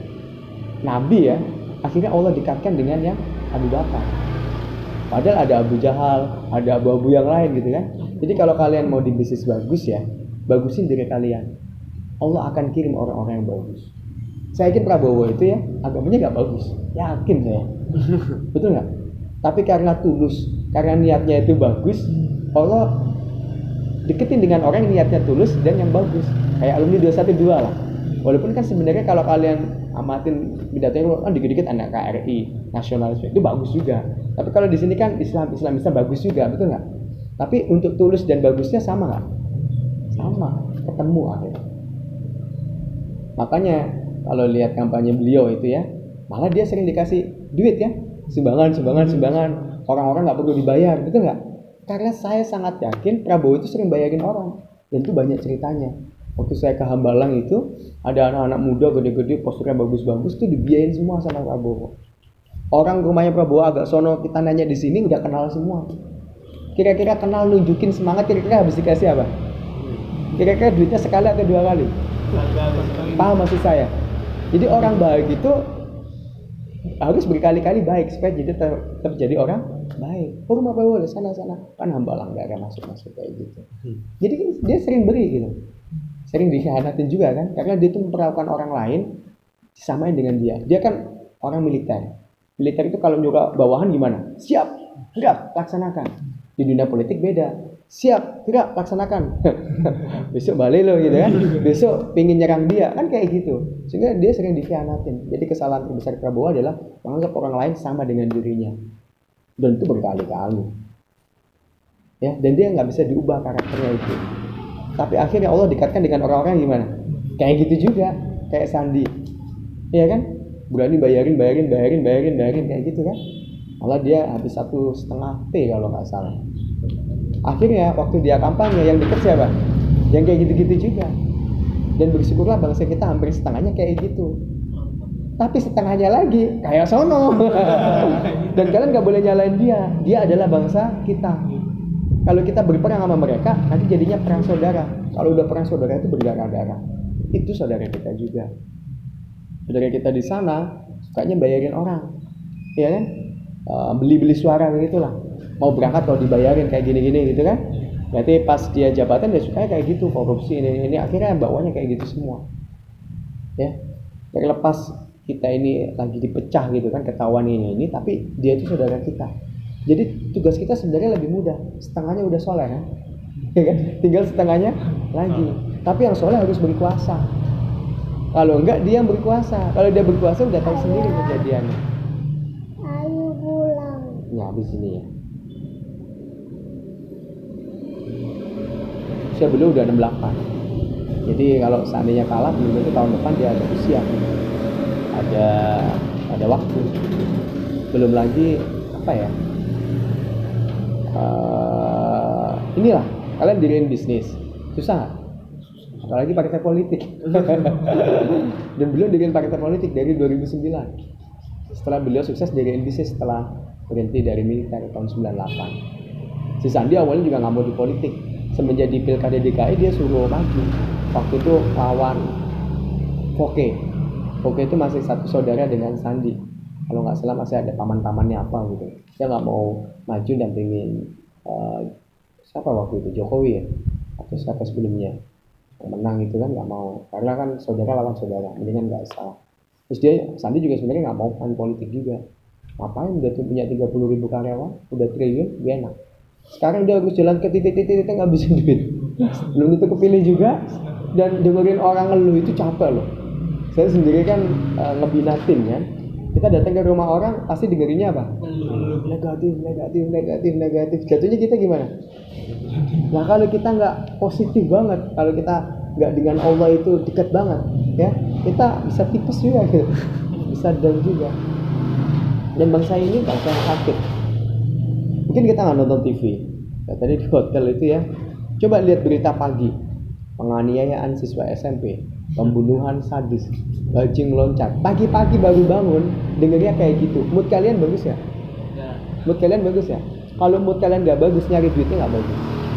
Nabi ya, akhirnya Allah dekatkan dengan yang Abu Bakar. Padahal ada Abu Jahal, ada abu-abu yang lain gitu kan. Jadi kalau kalian mau di bisnis bagus ya, bagusin diri kalian. Allah akan kirim orang-orang yang bagus. Saya yakin Prabowo itu ya agamanya nggak bagus, yakin saya, betul nggak? Tapi karena tulus, karena niatnya itu bagus, Allah deketin dengan orang yang niatnya tulus dan yang bagus. Kayak alumni 212 lah. Walaupun kan sebenarnya kalau kalian amatin pidatonya kan dikit-dikit anak KRI, nasionalisme itu bagus juga. Tapi kalau di sini kan Islam bagus juga, betul nggak? Tapi untuk tulus dan bagusnya sama nggak? Sama, ketemu akhirnya. Makanya kalau lihat kampanye beliau itu ya, malah dia sering dikasih duit ya, sumbangan. Orang-orang nggak perlu dibayar, betul nggak? Karena saya sangat yakin Prabowo itu sering bayarin orang, dan itu banyak ceritanya. Waktu saya ke Hambalang itu, ada anak-anak muda gede-gede, posturnya bagus-bagus tuh dibiayain semua sama Prabowo. Orang rumahnya Prabowo agak sono, kita nanya di sini udah kenal semua. Kira-kira kenal nunjukin semangat, kira-kira habis dikasih apa? Kira-kira duitnya sekali atau dua kali? Paham maksud saya? Jadi orang baik itu harus berkali-kali baik supaya jadi tetap jadi orang baik. Oh rumah Prabowo sana kan Hambalang nggak ada masuk kayak gitu. Jadi dia sering beri gitu, sering dikhianatin juga kan, karena dia tuh memperlakukan orang lain disamain dengan dia. Dia kan orang militer. Militer itu kalau nyuruh bawahan gimana? Siap, gerak, laksanakan. Di dunia politik beda. Siap, gerak, laksanakan. Besok balik lo gitu kan. Besok pingin nyerang dia kan kayak gitu. Sehingga dia sering dikhianatin. Jadi kesalahan terbesar Prabowo adalah menganggap orang lain sama dengan dirinya. Dan itu berkali-kali. Ya, dan dia nggak bisa diubah karakternya itu. Tapi akhirnya Allah dekatkan dengan orang-orang yang gimana? Kayak gitu juga, kayak Sandi. Iya kan? Berani bayarin kayak gitu kan. Malah dia habis 1,5 T kalau nggak salah. Akhirnya waktu dia kampanye yang deket siapa? Yang kayak gitu-gitu juga. Dan bersyukurlah bangsa kita hampir setengahnya kayak gitu. Tapi setengahnya lagi kayak sono. Dan kalian nggak boleh nyalain dia. Dia adalah bangsa kita. Kalau kita berperang sama mereka, nanti jadinya perang saudara. Kalau udah perang saudara itu berdarah-darah. Itu saudara kita juga. Saudara kita di sana sukanya bayarin orang, ya kan? Beli-beli suara begitulah. Mau berangkat kalau dibayarin kayak gini-gini gitu kan? Berarti pas dia jabatan dia sukanya kayak gitu, korupsi ini akhirnya bawanya kayak gitu semua. Ya, terlepas kita ini lagi dipecah gitu kan, ketahuan ini, tapi dia itu saudara kita. Jadi tugas kita sebenarnya lebih mudah, setengahnya udah soleh kan? Ya kan? Tinggal setengahnya lagi. Tapi yang soleh harus berkuasa. Kalau enggak dia yang berkuasa. Kalau dia berkuasa udah tahu sendiri kejadiannya. Ayo pulang. Ya habis ini ya. Usia beliau udah 68. Jadi kalau seandainya kalah belum tentu tahun depan dia ada usia. Ada waktu. Belum lagi apa ya? Inilah kalian diriin bisnis susah, apalagi partai politik. Dan beliau diriin partai politik dari 2009. Setelah beliau sukses diriin bisnis setelah berhenti dari militer tahun 98. Si Sandi awalnya juga nggak mau di politik. Semenjak di pilkada DKI dia suruh maju. Waktu itu lawan Foke itu masih satu saudara dengan Sandi. Kalau nggak salah masih ada paman-pamannya apa gitu. Dia nggak mau maju dampingin siapa waktu itu, Jokowi ya atau siapa sebelumnya yang menang itu kan, nggak mau karena kan saudara lawan saudara, mendingan nggak usah. Terus dia Sandi juga sebenarnya nggak mau kan politik juga, ngapain udah tuh punya 30.000 karyawan, udah triliun, dia enak. Sekarang dia harus jalan ke titik-titik ngabisin duit, belum itu kepilih juga, dan dengerin orang ngeluh itu capek loh. Saya sendiri kan ngebina tim kan, kita datang ke rumah orang pasti dengerinnya apa? Negatif. Jatuhnya kita gimana? Nah kalau kita nggak positif banget, kalau kita nggak dengan Allah itu dekat banget, ya kita bisa tipes juga gitu, bisa down juga. Dan bangsa ini bangsa yang sakit. Mungkin kita nggak nonton TV. Ya, tadi di hotel itu ya, coba lihat berita pagi, penganiayaan siswa SMP, pembunuhan sadis, bajing loncat. Pagi-pagi baru bangun, dengernya kayak gitu. Mood kalian bagus ya? Mood kalian bagus ya? Kalau mood kalian nggak bagus, nyari duitnya nggak bagus.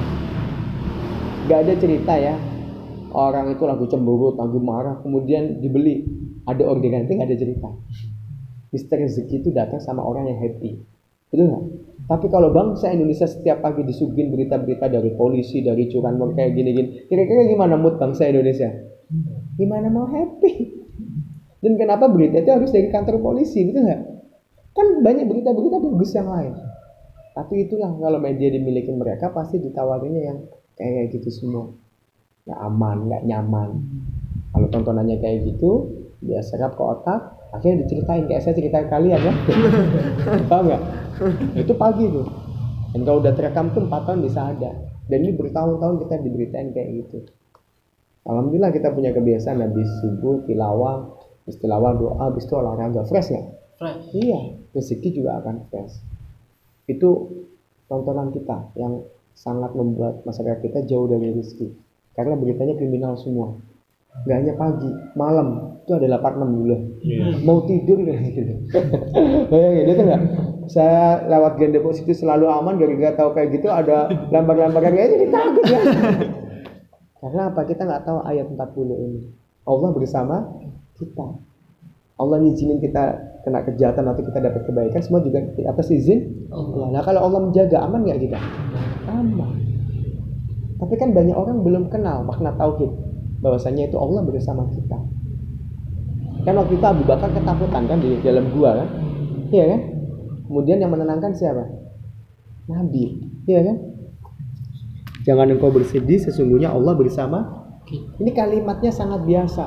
Nggak ada cerita ya, orang itu lagu cemberut, lagu marah, kemudian dibeli, ada orderan, itu nggak ada cerita. Mister rezeki itu datang sama orang yang happy, betul nggak? Tapi kalau bangsa Indonesia setiap pagi disuguhin berita-berita dari polisi, dari curanmor kayak gini-gini, kira-kira gimana mood bangsa Indonesia? Gimana mau happy? Dan kenapa berita itu harus dari kantor polisi, betul nggak? Kan banyak berita-berita bagus yang lain. Tapi itulah kalau media dimiliki mereka pasti ditawarinnya yang kayak gitu semua. Nggak aman, nggak nyaman. Kalau tontonannya kayak gitu, dia serap ke otak, akhirnya diceritain kayak saya cerita ke kalian ya. Paham nggak? Itu pagi tuh. Dan kalau udah terekam tuh 4 tahun bisa ada. Dan ini bertahun-tahun kita diberitain kayak gitu. Alhamdulillah kita punya kebiasaan habis subuh tilawah, doa, habis itu olahraga. Fresh nggak? Fresh. Iya, rezeki juga akan fresh. Itu tontonan kita yang sangat membuat masyarakat kita jauh dari rezeki. Karena beritanya kriminal semua. Nggak hanya pagi, malam itu ada 86 dulu. Mau tidur kayak gitu. Bayangin itu nggak? Saya lewat Grand Deposito selalu aman, gara-gara tahu kayak gitu ada lambar-lambar kayak jadi takut ya. Karena apa? Kita nggak tahu ayat 40 ini. Allah bersama kita. Allah ngizinin kita kena kejahatan atau kita dapat kebaikan, semua juga atas izin Allah. Nah kalau Allah menjaga, aman nggak kita? Aman. Tapi kan banyak orang belum kenal makna tauhid, bahwasanya itu Allah bersama kita. Kan waktu itu Abu Bakar ketakutan kan di dalam gua kan, iya kan? Kemudian yang menenangkan siapa? Nabi, iya kan? Jangan engkau bersedih, sesungguhnya Allah bersama. Ini kalimatnya sangat biasa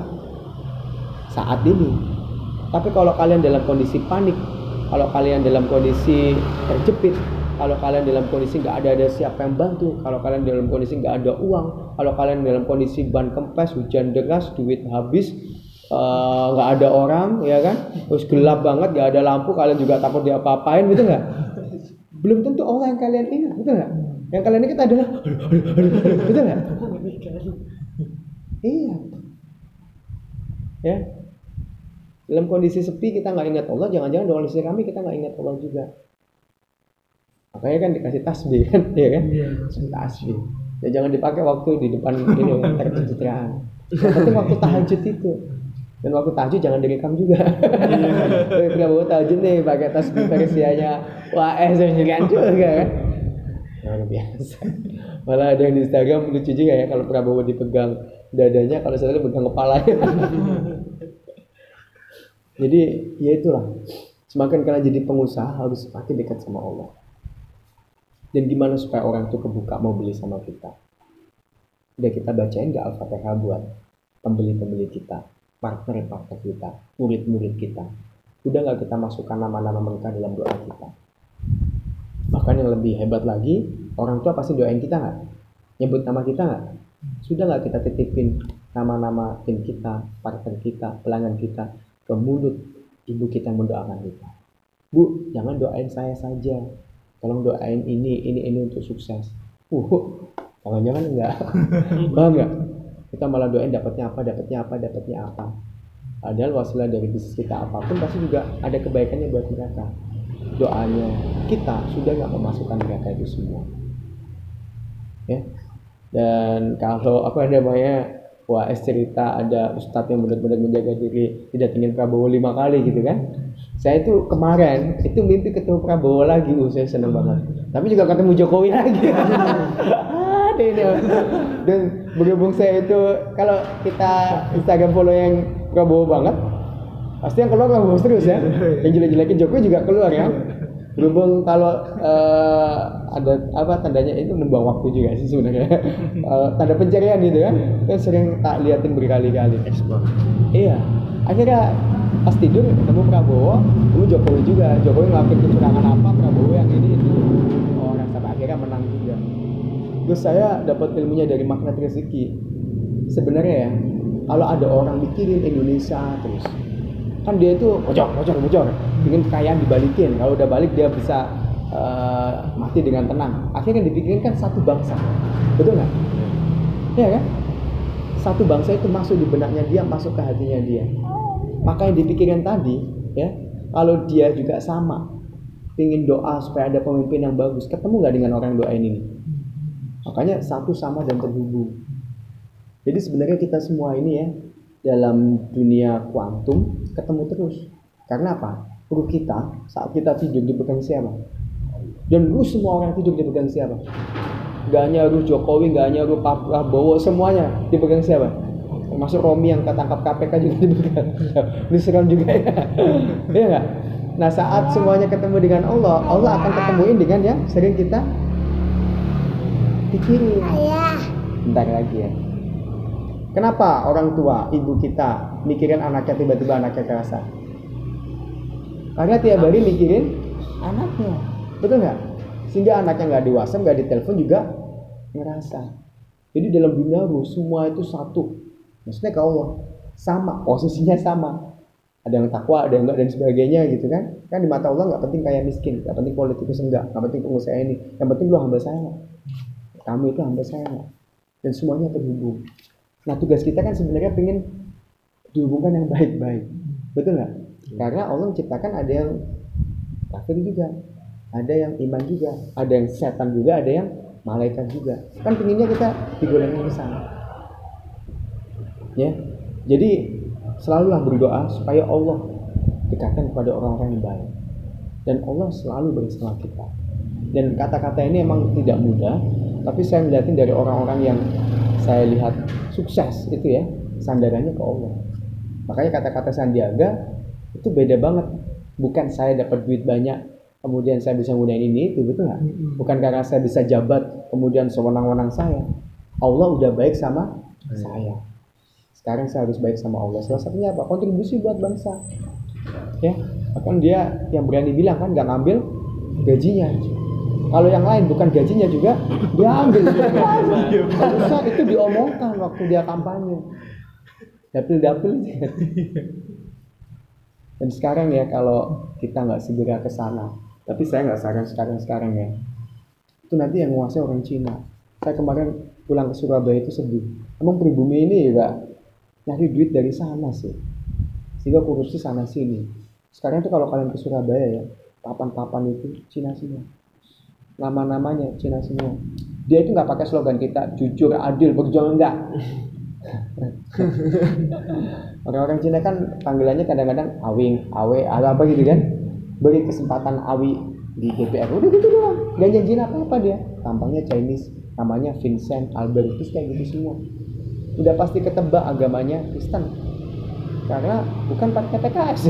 saat ini. Tapi kalau kalian dalam kondisi panik, kalau kalian dalam kondisi terjepit, kalau kalian dalam kondisi nggak ada siapa yang bantu, kalau kalian dalam kondisi nggak ada uang, kalau kalian dalam kondisi ban kempes, hujan deras, duit habis, nggak ada orang, ya kan, terus gelap banget, nggak ada lampu, kalian juga takut diapa-apain, gitu nggak? Belum tentu Allah yang kalian ingat, betul nggak? Yang kalian ingat adalah, betul nggak? Iya. Ya. Dalam kondisi sepi kita nggak ingat Allah, jangan-jangan dalam kondisi kami kita nggak ingat Allah juga. Makanya kan dikasih tasbih kan, ya kan? Tasbih. Ya jangan dipakai waktu di depan ini terpencitraan. Yang penting waktu tahajud itu. Dan waktu tahajud jangan direkam juga. Prabowo tahajud nih pakai tasbih versinya WS kan juga kan. Luar biasa. Malah ada yang di Instagram lucu juga ya kalau Prabowo dipegang dadanya, kalau saya pegang kepalanya. Jadi ya itulah. Semakin kalian jadi pengusaha harus semakin dekat sama Allah. Dan gimana supaya orang itu kebuka mau beli sama kita? Udah kita bacain gak Al-Fatihah buat pembeli-pembeli kita, partner-partner kita, murid-murid kita. Udah gak kita masukkan nama-nama mereka dalam doa kita? Bahkan yang lebih hebat lagi, orang tua pasti doain kita gak? Nyebut nama kita gak? Sudah gak kita titipin nama-nama tim kita, partner kita, pelanggan kita ke mulut ibu kita yang mendoakan kita? Bu, jangan doain saya saja, tolong doain ini untuk sukses. Jangan-jangan enggak. Paham enggak? Kita malah doain dapatnya apa. Padahal wasilah dari bisnis kita apapun pasti juga ada kebaikannya buat mereka. Doanya kita sudah enggak memasukkan mereka itu semua. Ya. Dan kalau cerita ada ustadz yang benar-benar menjaga diri tidak ingin Prabowo 5 kali gitu kan. Saya itu kemarin itu mimpi ketemu Prabowo lagi, saya senang banget. Tapi juga ketemu Jokowi lagi. Dan berhubung saya itu kalau kita Instagram follow yang Prabowo banget, pasti yang keluar Prabowo terus ya. Yang jelek-jelekin Jokowi juga keluar ya. Berhubung kalau ada tandanya itu membuang waktu juga sih sebenarnya. Tanda pencarian gitu kan. Kan sering tak liatin berkali-kali. Iya. Akhirnya pas tidur ketemu Prabowo, ketemu Jokowi juga. Jokowi ngelakuin kecurangan apa, Prabowo yang ini itu. Orang sampai akhirnya menang juga. Terus saya dapat ilmunya dari magnet rezeki. Sebenarnya ya, kalau ada orang mikirin Indonesia terus, kan dia itu bocor, ingin kekayaan dibalikin. Kalau udah balik dia bisa mati dengan tenang. Akhirnya dipikirin kan satu bangsa, betul nggak? Iya kan? Satu bangsa itu masuk di benaknya dia, masuk ke hatinya dia. Maka yang dipikirin tadi, ya, kalau dia juga sama, ingin doa supaya ada pemimpin yang bagus, ketemu nggak dengan orang doain ini? Makanya satu sama dan terhubung. Jadi sebenarnya kita semua ini ya, dalam dunia kuantum ketemu terus. Karena apa? Ruh kita saat kita tidur dipegang siapa? Dan ruh semua orang tidur dipegang siapa? Gak hanya ruh Jokowi, gak hanya ruh Prabowo, semuanya dipegang siapa? Termasuk Romi yang ketangkap KPK juga dipegang. Diserang juga ya. Iya nggak? Nah saat semuanya ketemu dengan Allah, Allah akan ketemuin dengan yang sering kita pikirin. Bentar lagi ya. Kenapa orang tua, ibu kita mikirin anaknya tiba-tiba anaknya kerasa? Karena tiap hari mikirin anaknya, betul nggak? Sehingga anaknya nggak di WhatsApp, nggak ditelepon juga ngerasa. Jadi dalam dunia ruh semua itu satu. Maksudnya ke Allah sama, posisinya sama. Ada yang takwa, ada yang enggak dan sebagainya gitu kan? Kan di mata Allah nggak penting kaya miskin, nggak penting politikus enggak, nggak penting pengusaha ini. Yang penting lu hamba saya. Kamu itu hamba saya. Dan semuanya terhubung. Nah tugas kita kan sebenarnya pengen dihubungkan yang baik-baik, betul nggak? Karena Allah menciptakan ada yang kafir juga, ada yang iman juga, ada yang setan juga, ada yang malaikat juga. Kan pengennya kita digolongin ke sana. Ya, jadi selalulah berdoa supaya Allah dekatkan kepada orang-orang yang baik. Dan Allah selalu bersama kita. Dan kata-kata ini emang tidak mudah, tapi saya melihatin dari orang-orang yang saya lihat sukses itu ya, sandarannya ke Allah. Makanya kata-kata Sandiaga itu beda banget. Bukan saya dapat duit banyak, kemudian saya bisa ngudain ini itu, betul nggak? Bukan karena saya bisa jabat, kemudian sewenang-wenang saya. Allah udah baik sama saya. Sekarang saya harus baik sama Allah. Salah satunya apa? Kontribusi buat bangsa. Ya, bahkan dia yang berani bilang kan nggak ngambil gajinya. Kalau yang lain bukan gajinya juga diambil. Harusnya itu diomongkan waktu dia kampanye. Dapil. Dan sekarang ya kalau kita nggak segera ke sana, tapi saya nggak saran sekarang ya. Itu nanti yang menguasai orang Cina. Saya kemarin pulang ke Surabaya itu sedih. Emang pribumi ini juga nyari duit dari sana sih. Sehingga korupsi sana sini. Sekarang tuh kalau kalian ke Surabaya ya, papan-papan itu Cina semua. Nama-namanya Cina semua. Dia itu nggak pakai slogan kita jujur, adil, berjuang, enggak. Orang-orang Cina kan panggilannya kadang-kadang awing, awe, apa gitu kan. Beri kesempatan awi di DPR. Udah gitu doang. Gak janjiin apa-apa dia. Tampangnya Chinese, namanya Vincent, Albertus kayak gitu semua. Udah pasti ketebak agamanya Kristen. Karena bukan pakai PKS.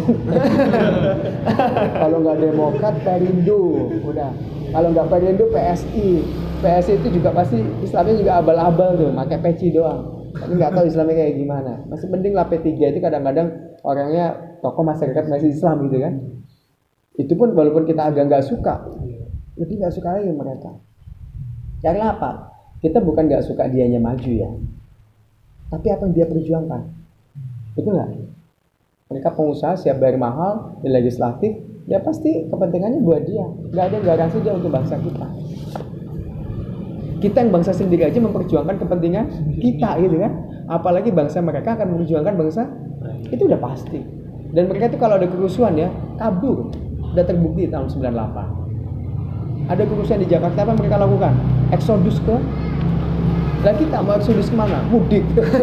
Kalau nggak Demokrat, Perindo. Udah. Kalau nggak Perindo, PSI itu juga pasti Islamnya juga abal-abal tuh, pakai peci doang. Tapi nggak tahu Islamnya kayak gimana. Masih penting lah P3 itu kadang-kadang orangnya tokoh masyarakat masih Islam gitu kan. Itu pun walaupun kita agak nggak suka, lebih nggak suka lagi mereka. Karena apa? Kita bukan nggak suka dianya maju ya, tapi apa yang dia perjuangkan, betul nggak? Mereka pengusaha siap bayar mahal di legislatif, ya pasti kepentingannya buat dia. Nggak ada garansi dia untuk bangsa kita. Kita yang bangsa sendiri aja memperjuangkan kepentingan kita gitu kan. Apalagi bangsa mereka akan memperjuangkan bangsa, itu udah pasti. Dan mereka itu kalau ada kerusuhan ya, kabur. Udah terbukti tahun 98. Ada kerusuhan di Jakarta, apa mereka lakukan? Eksodus ke. Dan kita mau eksodus kemana? Mudik.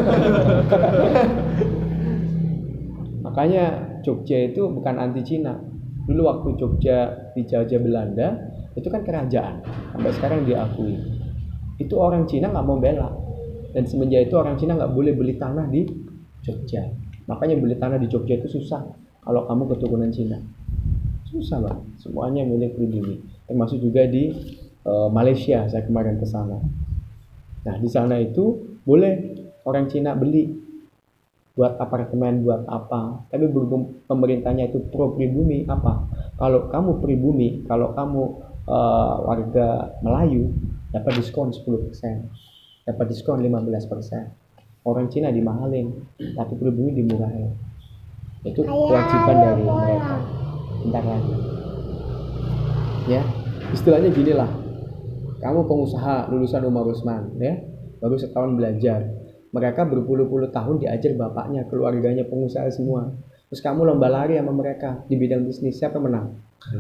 Makanya Jogja itu bukan anti Cina. Dulu waktu Jogja dijajah Belanda, itu kan kerajaan. Sampai sekarang diakui. Itu orang Cina nggak mau bela. Dan semenjak itu orang Cina nggak boleh beli tanah di Jogja. Makanya beli tanah di Jogja itu susah kalau kamu keturunan Cina. Susah banget. Semuanya milik pribumi. Termasuk juga di Malaysia. Saya kemarin ke sana. Nah di sana itu boleh orang Cina beli buat apartemen, buat apa. Tapi berhubung pemerintahnya itu pro pribumi, apa? Kalau kamu pribumi, kalau kamu warga Melayu, dapat diskon 10%, dapat diskon 15%. Orang Cina dimahalin, tapi pribumi dimurahin. Itu kewajiban dari mereka. Bentar lagi. Ya, istilahnya gini lah. Kamu pengusaha lulusan Umar Usman, ya, baru setahun belajar. Mereka berpuluh-puluh tahun diajar bapaknya, keluarganya pengusaha semua. Terus kamu lomba lari sama mereka di bidang bisnis, siapa menang?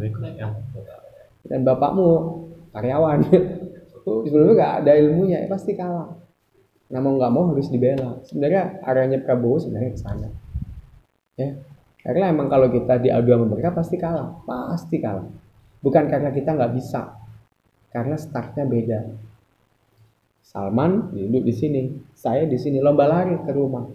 Dan bapakmu karyawan. Sebelumnya nggak ada ilmunya, ya pasti kalah. Nah mau nggak mau harus dibela. Sebenarnya arahnya Prabowo sebenarnya ke sana. Ya, karena emang kalau kita diadu sama mereka pasti kalah. Bukan karena kita nggak bisa, karena startnya beda. Salman duduk di sini, saya di sini, lomba lari ke rumah.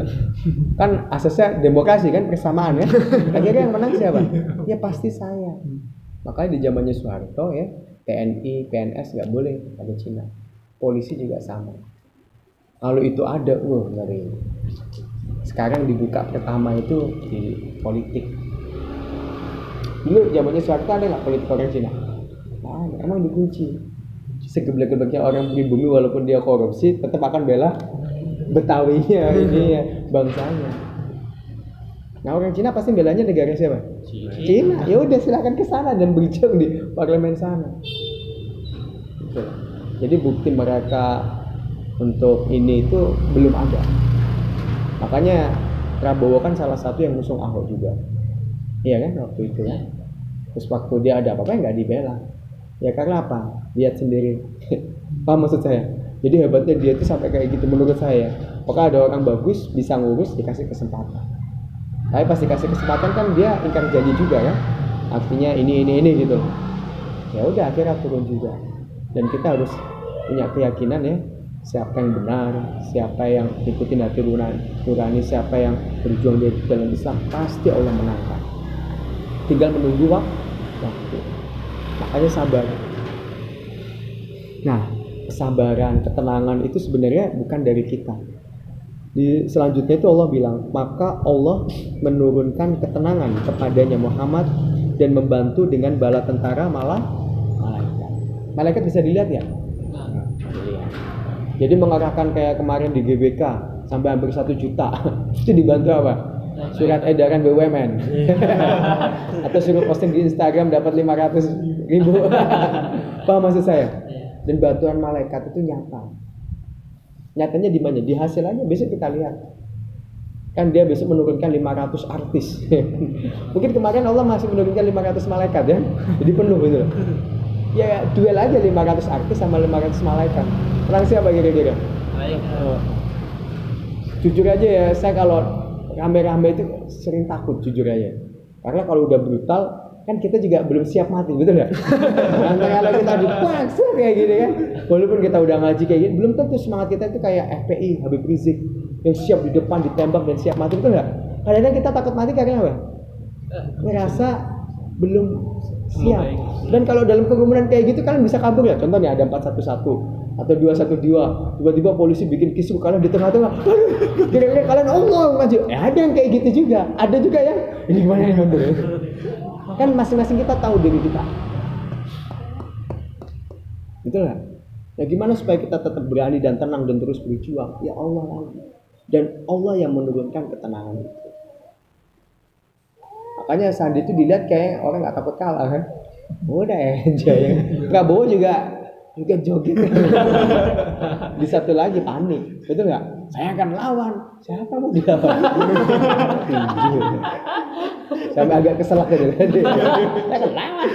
Kan asasnya demokrasi kan, persamaan ya. Akhirnya yang menang siapa? Ya pasti saya. Makanya di zamannya Soeharto ya, TNI, PNS nggak boleh ada Cina. Polisi juga sama. Kalau itu ada, ngeri. Sekarang dibuka pertama itu di politik. Dulu zamannya Soeharto ada nggak politik orang Cina? Nah, emang dikunci. Segeblek-gebleknya orang pribumi walaupun dia korupsi, tetap akan bela Betawinya, ini ya, bangsanya. Nah orang Cina pasti belanya negara siapa? Cina. Ya udah silakan ke sana dan berjuang di parlemen sana. Gitu. Jadi bukti mereka untuk ini itu belum ada. Makanya Prabowo kan salah satu yang ngusung Ahok juga. Iya kan waktu itu ya. Terus waktu dia ada apa-apa nggak dibela. Ya karena apa? Lihat sendiri. Paham maksud saya? Jadi hebatnya dia itu sampai kayak gitu menurut saya. Apakah ada orang bagus bisa ngurus dikasih kesempatan. Tapi pas dikasih kesempatan kan dia ingkar janji juga ya. Artinya ini gitu. Ya udah akhirnya turun juga. Dan kita harus punya keyakinan ya. Siapa yang benar, siapa yang ikutin hati nurani, siapa yang berjuang di dalam Islam, pasti Allah menangkan. Tinggal menunggu waktu. Makanya sabar. Nah, kesabaran, ketenangan itu sebenarnya bukan dari kita. Di selanjutnya itu Allah bilang, maka Allah menurunkan ketenangan kepadanya Muhammad dan membantu dengan bala tentara malaikat. Malaikat bisa dilihat ya? Nah, Jadi mengarahkan kayak kemarin di GBK sampai hampir 1 juta itu dibantu apa? Surat edaran BUMN atau suruh posting di Instagram dapat 500.000. Paham maksud saya? Dan bantuan malaikat itu nyata. Nyatanya di mana? Di hasil aja besok kita lihat. Kan dia besok menurunkan 500 artis. Mungkin kemarin Allah masih menurunkan 500 malaikat ya. Jadi penuh gitu loh. Ya duel aja 500 artis sama 500 malaikat. Menang siapa kira-kira? Jujur aja ya, saya kalau rame-rame itu sering takut jujur aja. Karena kalau udah brutal kan kita juga belum siap mati, betul nggak? Nanti kalau kita dipaksa kayak gini kan, walaupun kita udah ngaji kayak gini, belum tentu semangat kita itu kayak FPI, Habib Rizik yang siap di depan ditembak dan siap mati, betul nggak? Kadang-kadang kita takut mati karena apa? Ngerasa belum siap. Dan kalau dalam kerumunan kayak gitu kalian bisa kabur ya. Contohnya ada 411 atau 212, tiba-tiba polisi bikin kisruh kalian di tengah-tengah. Kira-kira kalian Allah maju. Ada yang kayak gitu juga. Ada juga yang ini gimana yang mundur ya? Kan masing-masing kita tahu diri kita. Betul nggak? Ya gimana supaya kita tetap berani dan tenang dan terus berjuang? Ya Allah lagi. Dan Allah yang menurunkan ketenangan itu. Makanya Sandi itu dilihat kayak orang nggak takut kalah kan? Udah aja ya. Prabowo juga joget. Di satu lagi panik, betul nggak? Saya akan lawan. Siapa mau dilawan? Sampai agak keselak gitu. Saya akan lawan.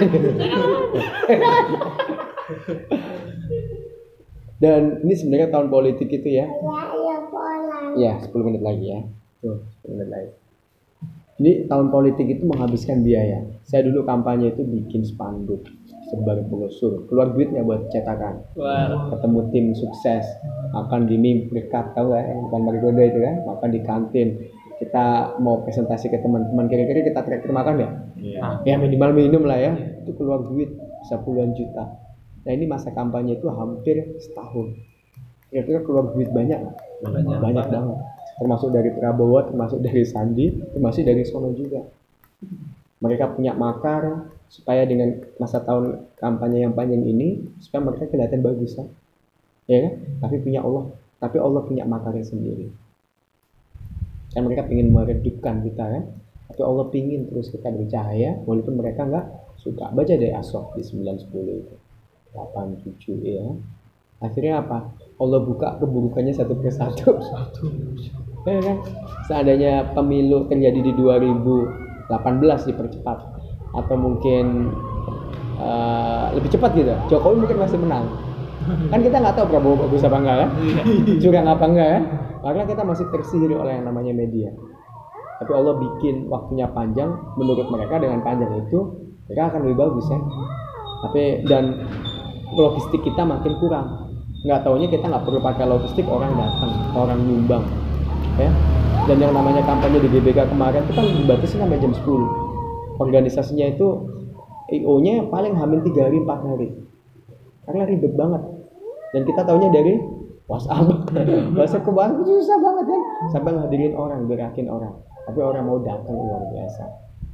Dan ini sebenarnya tahun politik itu ya. Ya pulang. Ya, 10 menit lagi ya. Tuh, 10 menit lagi. Ini tahun politik itu menghabiskan biaya. Saya dulu kampanye itu bikin spanduk, sebar brosur, keluar duitnya buat cetakan. Ketemu tim sukses, makan di mie berkat, tahu nggak? Bukan Marigoda itu kan, makan di kantin. Kita mau presentasi ke teman-teman, kira-kira kita traktir makan ya? Ya minimal minum lah ya. Itu keluar duit bisa puluhan juta. Nah ini masa kampanye itu hampir setahun. Kira-kira keluar duit banyak nggak? Banyak banget. Termasuk dari Prabowo, termasuk dari Sandi, termasuk dari Sono juga. Mereka punya makar supaya dengan masa tahun kampanye yang panjang ini supaya mereka kelihatan bagus kan? Ya kan? Tapi punya Allah, tapi Allah punya makarnya sendiri. Dan mereka ingin meredupkan kita kan? Tapi Allah pingin terus kita bercahaya walaupun mereka nggak suka. Baca dari As-Saff di 9-10 itu, 8-7 ya. Akhirnya apa? Allah buka keburukannya satu persatu. Ya kan? Seandainya pemilu terjadi di 2018 dipercepat atau mungkin lebih cepat gitu, Jokowi mungkin masih menang. Kan kita nggak tahu Prabowo bagus apa enggak kan? Curang apa enggak kan? Karena kita masih tersihir oleh yang namanya media. Tapi Allah bikin waktunya panjang, menurut mereka dengan panjang itu mereka akan lebih bagus ya. Tapi dan logistik kita makin kurang. Nggak taunya kita nggak perlu pakai logistik, orang datang, orang nyumbang ya. Dan yang namanya kampanye di GBK kemarin itu kan dibatasi sampai jam 10. Organisasinya itu IO-nya paling hamil 3 hari 4 hari karena ribet banget. Dan kita taunya dari WhatsApp. WhatsApp kemarin itu susah banget kan, sampai ngadirin orang, gerakin orang, tapi orang mau datang luar biasa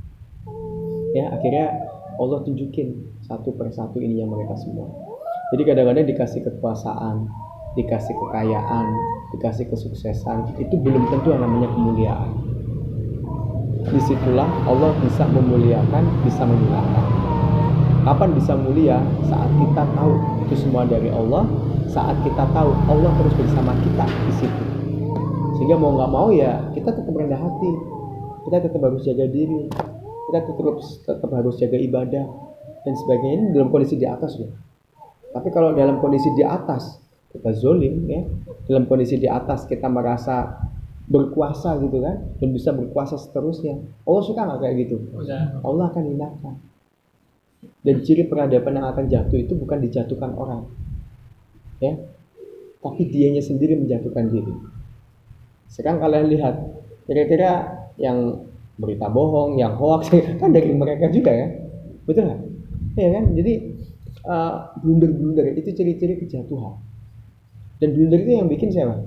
ya. Akhirnya Allah tunjukin satu persatu ininya mereka semua. Jadi kadang-kadang dikasih kekuasaan, dikasih kekayaan, dikasih kesuksesan, itu belum tentu yang namanya kemuliaan. Disitulah Allah bisa memuliakan, bisa menghinakan. Kapan bisa mulia? Saat kita tahu itu semua dari Allah, saat kita tahu Allah terus bersama kita di situ. Sehingga mau nggak mau ya kita tetap rendah hati, kita tetap harus jaga diri, kita tetap harus jaga ibadah dan sebagainya. Ini dalam kondisi di atas loh. Tapi kalau dalam kondisi di atas kita zolim ya, dalam kondisi di atas kita merasa berkuasa gitu kan, dan bisa berkuasa seterusnya, Allah suka nggak kayak gitu? Allah akan hinakan. Dan ciri peradaban yang akan jatuh itu bukan dijatuhkan orang ya, tapi dianya sendiri menjatuhkan diri. Sekarang kalian lihat kira-kira yang berita bohong, yang hoax kan dari mereka juga ya, betul nggak? Ya kan? Jadi blunder-blunder itu ciri-ciri kejatuhan. Dan blunder itu yang bikin siapa?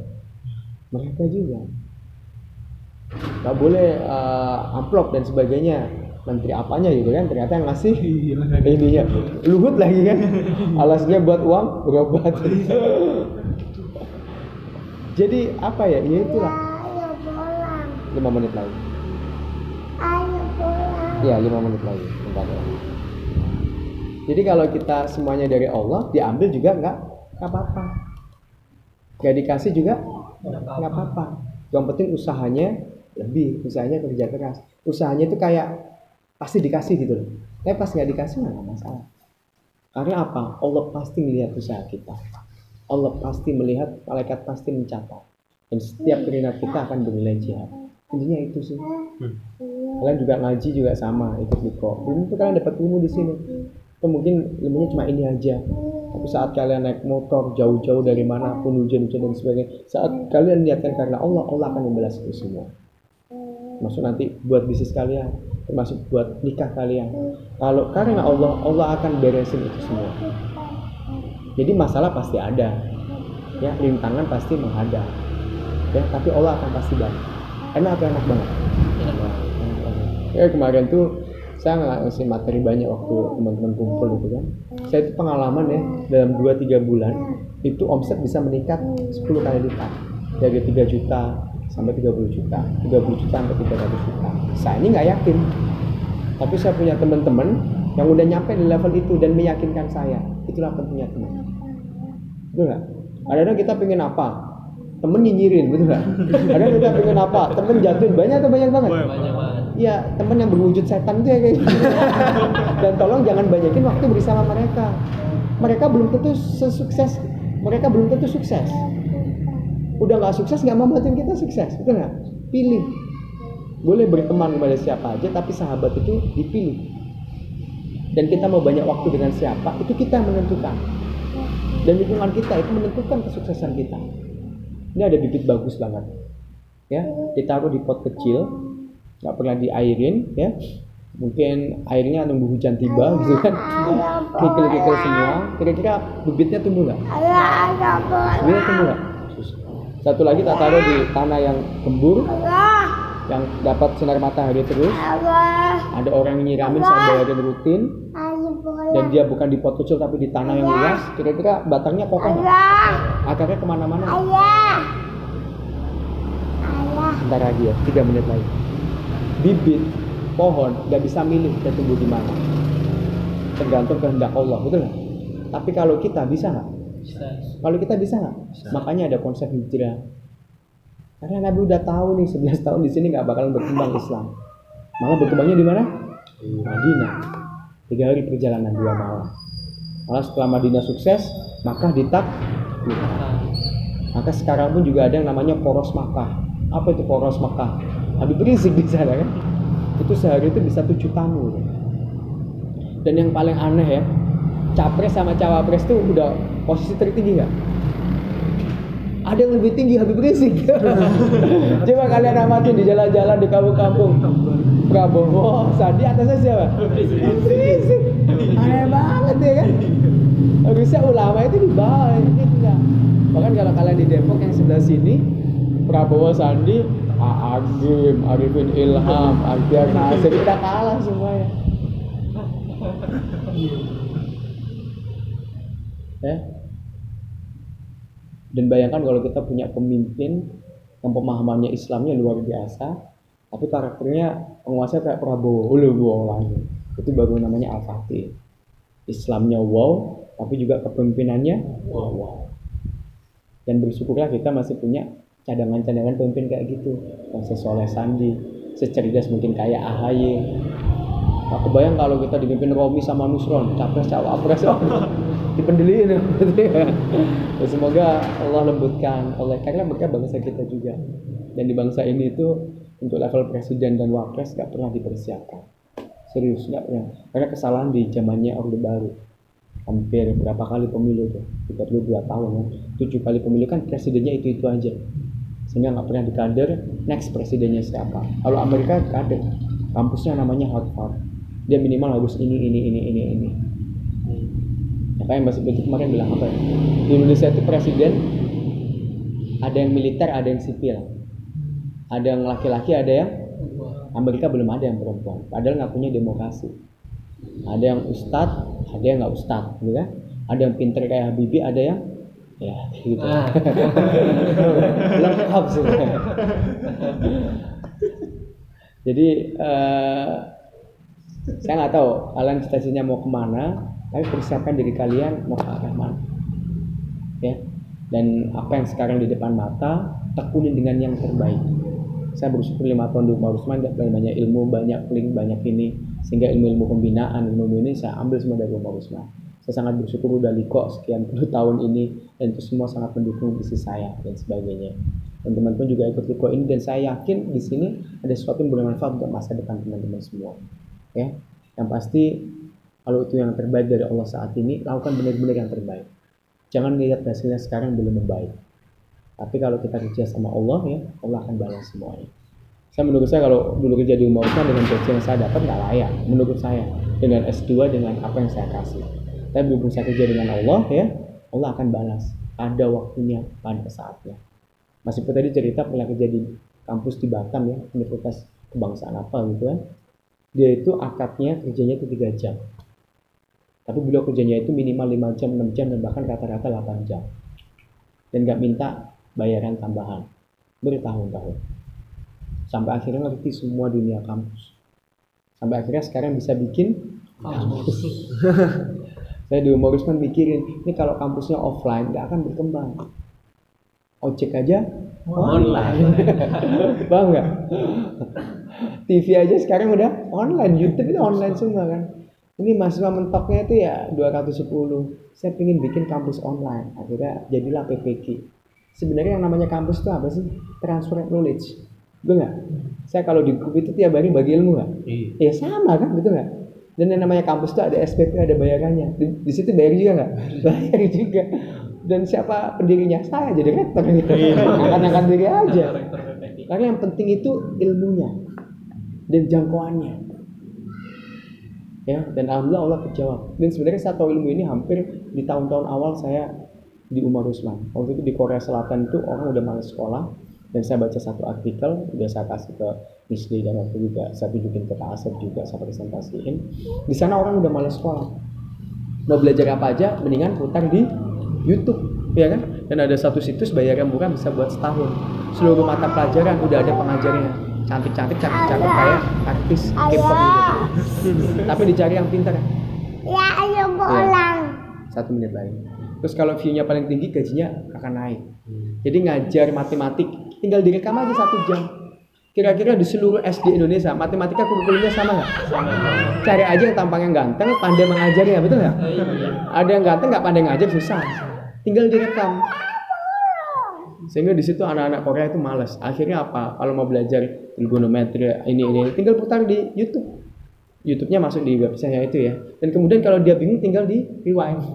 Mereka juga. Gak boleh amplop dan sebagainya. menteri apanya gitu kan, ternyata yang ngasih Iya. ininya Luhut lagi kan, alasnya buat uang berobat. Jadi apa ya, ya itulah. Ayo pulang. 5 menit lagi. Ayo pulang. Ya 5 menit lagi, bentar ya. Jadi kalau kita semuanya dari Allah, diambil juga nggak apa-apa, nggak dikasih juga nggak apa-apa. Yang penting usahanya lebih, usahanya kerja keras, usahanya itu kayak pasti dikasih gitu loh. Tapi pas nggak dikasih nggak masalah. Karena apa? Allah pasti melihat usaha kita. Allah pasti melihat, malaikat pasti mencatat. Dan setiap keringat kita akan bernilai jihad. Intinya itu sih. Kalian juga ngaji juga sama, ikut Biko. Ilmu itu kalian dapat ilmu di sini. Atau mungkin ilmunya cuma ini aja. Tapi saat kalian naik motor jauh-jauh dari manapun, hujan-hujan dan sebagainya, saat kalian niatkan karena Allah, Allah akan membalas itu semua. Termasuk nanti buat bisnis kalian, termasuk buat nikah kalian. Kalau karena Allah, Allah akan beresin itu semua. Jadi masalah pasti ada, ya, rintangan pasti menghadap, ya, tapi Allah akan pasti bantu. Enak banget. Ya kemarin tuh saya ngasih materi banyak waktu teman-teman kumpul gitu kan. Saya itu pengalaman ya, dalam 2-3 bulan itu omset bisa meningkat 10 kali lipat, dari 3 juta sampai 30 juta, 30 juta sampai 300 juta. Saya ini nggak yakin, tapi saya punya teman-teman yang udah nyampe di level itu dan meyakinkan saya. Itulah pentingnya teman. Betul nggak? Kadang-kadang kita pengen apa? Temen nyinyirin, betul nggak? Kadang kita pengen apa? Temen jatuhin, banyak atau banyak banget? Banyak banget. Iya, temen yang berwujud setan itu ya kayak gitu. Dan tolong jangan banyakin waktu bersama mereka. Mereka belum tentu sukses. Mereka belum tentu sukses. Udah nggak sukses nggak membuatin kita sukses, betul nggak? Pilih. Boleh berteman kepada siapa aja, tapi sahabat itu dipilih. Dan kita mau banyak waktu dengan siapa, itu kita yang menentukan. Dan lingkungan kita itu menentukan kesuksesan kita. Ini ada bibit bagus banget, ya, ditaruh di pot kecil, nggak pernah diairin, ya, mungkin airnya nunggu hujan tiba, gitu kan, kikil-kikil semua. Kira-kira bibitnya tumbuh nggak? Ayo pulang. Bibitnya tumbuh nggak? Satu lagi tak taruh di tanah yang gembur, yang dapat sinar matahari terus. Ada orang yang nyiramin saya bayarin rutin, Ayo pulang. dan dia bukan di pot kecil tapi di tanah yang luas. Kira-kira batangnya kokoh nggak? Akarnya kemana-mana? Ayah. Bentar lagi ya, 3 menit lagi. Bibit pohon nggak bisa milih dia tumbuh di mana, tergantung kehendak Allah, betul nggak? Tapi kalau kita bisa nggak? Bisa. Kalau kita bisa nggak? Makanya ada konsep hijrah. Karena Nabi udah tahu nih 11 tahun di sini nggak bakalan berkembang Islam. Malah berkembangnya di mana? Madinah. 3 hari perjalanan 2 malam. Malah setelah Madinah sukses, Makkah ditaklukkan. Maka sekarang pun juga ada yang namanya poros Makkah. Apa itu poros Makkah? Habis berisik di sana kan? Itu sehari itu bisa 7 tamu. Dan yang paling aneh ya, capres sama cawapres itu udah posisi tertinggi nggak? Ada yang lebih tinggi Habib Rizik. Coba kalian amatin di jalan-jalan di kampung-kampung. Prabowo, Sandi, atasnya siapa? Rizik. Aneh banget ya kan? Harusnya ulama itu di bawah, ini enggak. Bahkan kalau kalian di Depok yang sebelah sini, Prabowo, Sandi, Agim, Arifin Ilham, Akhir Nasir, udah kalah semuanya. Ya. Dan bayangkan kalau kita punya pemimpin yang pemahamannya Islamnya luar biasa, tapi karakternya penguasa kayak Prabowo, lagi. Itu baru namanya Al-Fatih. Islamnya wow, tapi juga kepemimpinannya wow. Dan bersyukurlah kita masih punya cadangan-cadangan pemimpin kayak gitu, yang sesoleh Sandi, secerdas mungkin kayak AHY. Aku bayang kalau kita dipimpin Romi sama Nusron, capres cawapres, dipendeliin. Ya, semoga Allah lembutkan karena mereka bangsa kita juga. Dan di bangsa ini itu untuk level presiden dan wapres gak pernah dipersiapkan. Serius gak pernah. Karena kesalahan di zamannya Orde Baru. Hampir berapa kali pemilu tuh? 32 tahun ya. 7 kali pemilu kan presidennya itu aja. Sehingga gak pernah dikader next presidennya siapa. Kalau Amerika kader, kampusnya namanya Harvard. Dia minimal harus ini. Makanya Mbak Sebetik kemarin bilang apa ya? Di Indonesia itu presiden ada yang militer, ada yang sipil. Ada yang laki-laki, ada yang Amerika belum ada yang perempuan, padahal ngakunya demokrasi. Ada yang ustadz, ada yang nggak ustadz, gitu kan? Ada yang pinter kayak Habibie, ada yang ya gitu. Lengkap sebenarnya. Jadi saya nggak tahu kalian cita-citanya mau kemana, tapi persiapkan diri kalian mau ke arah mana, ya. Dan apa yang sekarang di depan mata, tekuni dengan yang terbaik. Saya bersyukur 5 tahun di Umar Usman, banyak ilmu, banyak link, banyak ini, sehingga ilmu pembinaan, ilmu ini saya ambil semua dari Umar Usman. Saya sangat bersyukur udah liko sekian puluh tahun ini, dan itu semua sangat mendukung bisnis saya dan sebagainya. Dan teman-teman juga ikut liko ini, dan saya yakin di sini ada sesuatu yang bermanfaat untuk masa depan teman-teman semua. Ya, yang pasti kalau itu yang terbaik dari Allah saat ini, lakukan benar-benar yang terbaik. Jangan lihat hasilnya sekarang belum membaik. Tapi kalau kita kerja sama Allah, ya Allah akan balas semuanya. Menurut saya kalau dulu kerja di Umar Usman dengan gaji yang saya dapat nggak layak. Menurut saya dengan S2 dengan apa yang saya kasih. Tapi berhubung saya kerja dengan Allah, ya Allah akan balas. Ada waktunya, pada saatnya. Mas Ipo tadi cerita pernah kerja di kampus di Batam, ya, universitas kebangsaan apa gitu kan. Dia itu akadnya kerjanya itu 3 jam. Tapi beliau kerjanya itu minimal 5 jam, 6 jam, dan bahkan rata-rata 8 jam. Dan gak minta bayaran tambahan. Bertahun-tahun. Sampai akhirnya ngerti semua dunia kampus. Sampai akhirnya sekarang bisa bikin kampus. Saya di Umar Usman mikirin, ini kalau kampusnya offline gak akan berkembang. Ojek aja online. Paham gak? TV aja sekarang udah online, YouTube itu online semua kan. Ini mahasiswa mentoknya itu ya 210. Saya pengen bikin kampus online. Akhirnya jadilah PPK. Sebenarnya yang namanya kampus itu apa sih? Transfer knowledge. Betul nggak? Saya kalau di grup itu tiap hari bagi ilmu nggak? Iya. Ya sama kan, betul nggak? Dan yang namanya kampus itu ada SPP, ada bayarannya. Di situ bayar juga nggak? Bayar juga. Dan siapa pendirinya? Saya jadi rektor gitu. Angkat-angkat diri aja. Karena yang penting itu ilmunya dan jangkauannya. Ya, dan alhamdulillah Allah terjawab. Dan sebenarnya saya tahu ilmu ini hampir di tahun-tahun awal saya di Umar Usman. Waktu itu di Korea Selatan itu orang udah malas sekolah, dan saya baca satu artikel, udah saya kasih ke Misli, dan waktu juga saya tunjukin ke Pak Asep juga, saya presentasiin. Di sana orang udah malas sekolah. Mau belajar apa aja, mendingan putar di YouTube, ya kan? Dan ada satu situs bayar yang murah bisa buat setahun. Seluruh mata pelajaran udah ada pengajarnya. Cantik-cantik kayak artis K-pop gitu. Tapi dicari yang pintar. Ya, ayo pulang. 1 menit lagi. Terus kalau view-nya paling tinggi, gajinya akan naik. Jadi ngajar matematik tinggal direkam aja 1 jam. Kira-kira di seluruh SD Indonesia matematika kurikulumnya sama nggak? Sama. Cari aja yang tampangnya ganteng, pandai mengajarnya, betul nggak? Ada yang ganteng nggak pandai ngajar, susah. Tinggal direkam. Sehingga di situ anak-anak Korea itu malas. Akhirnya apa? Kalau mau belajar trigonometri ini tinggal putar di YouTube. YouTube-nya masuk di website itu ya. Dan kemudian kalau dia bingung tinggal di rewind.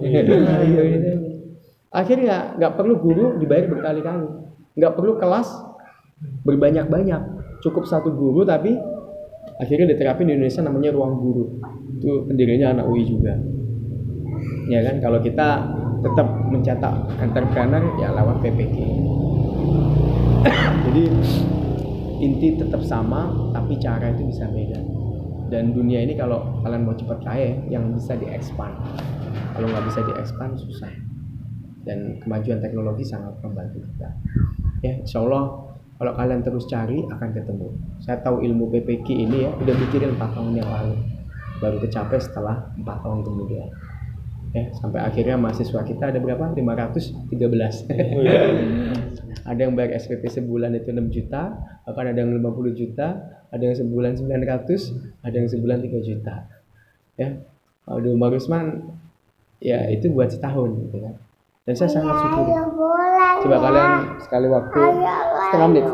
Akhirnya nggak perlu guru dibayar berkali-kali. Nggak perlu kelas berbanyak-banyak. Cukup 1 guru, tapi akhirnya diterapin di Indonesia namanya ruang guru. Itu pendirinya anak UI juga. Ya kan, kalau kita tetap mencetak entrepreneur ya lewat PPK. Jadi inti tetap sama, tapi cara itu bisa beda. Dan dunia ini kalau kalian mau cepat kaya, yang bisa di-expand. Kalau nggak bisa di-expand susah. Dan kemajuan teknologi sangat membantu kita. Ya, insya Allah kalau kalian terus cari akan ketemu. Saya tahu ilmu PPK ini ya udah mikirin 4 tahun yang lalu, baru kecapai setelah 4 tahun kemudian. Ya, sampai akhirnya mahasiswa kita ada berapa? 513. Ada yang bayar SPP sebulan itu 6 juta, bahkan ada yang 50 juta, ada yang sebulan 900, ada yang sebulan 3 juta. Ya, di Umar Usman ya itu buat setahun gitu kan. Dan saya sangat syukur. Coba kalian sekali waktu setengah menit.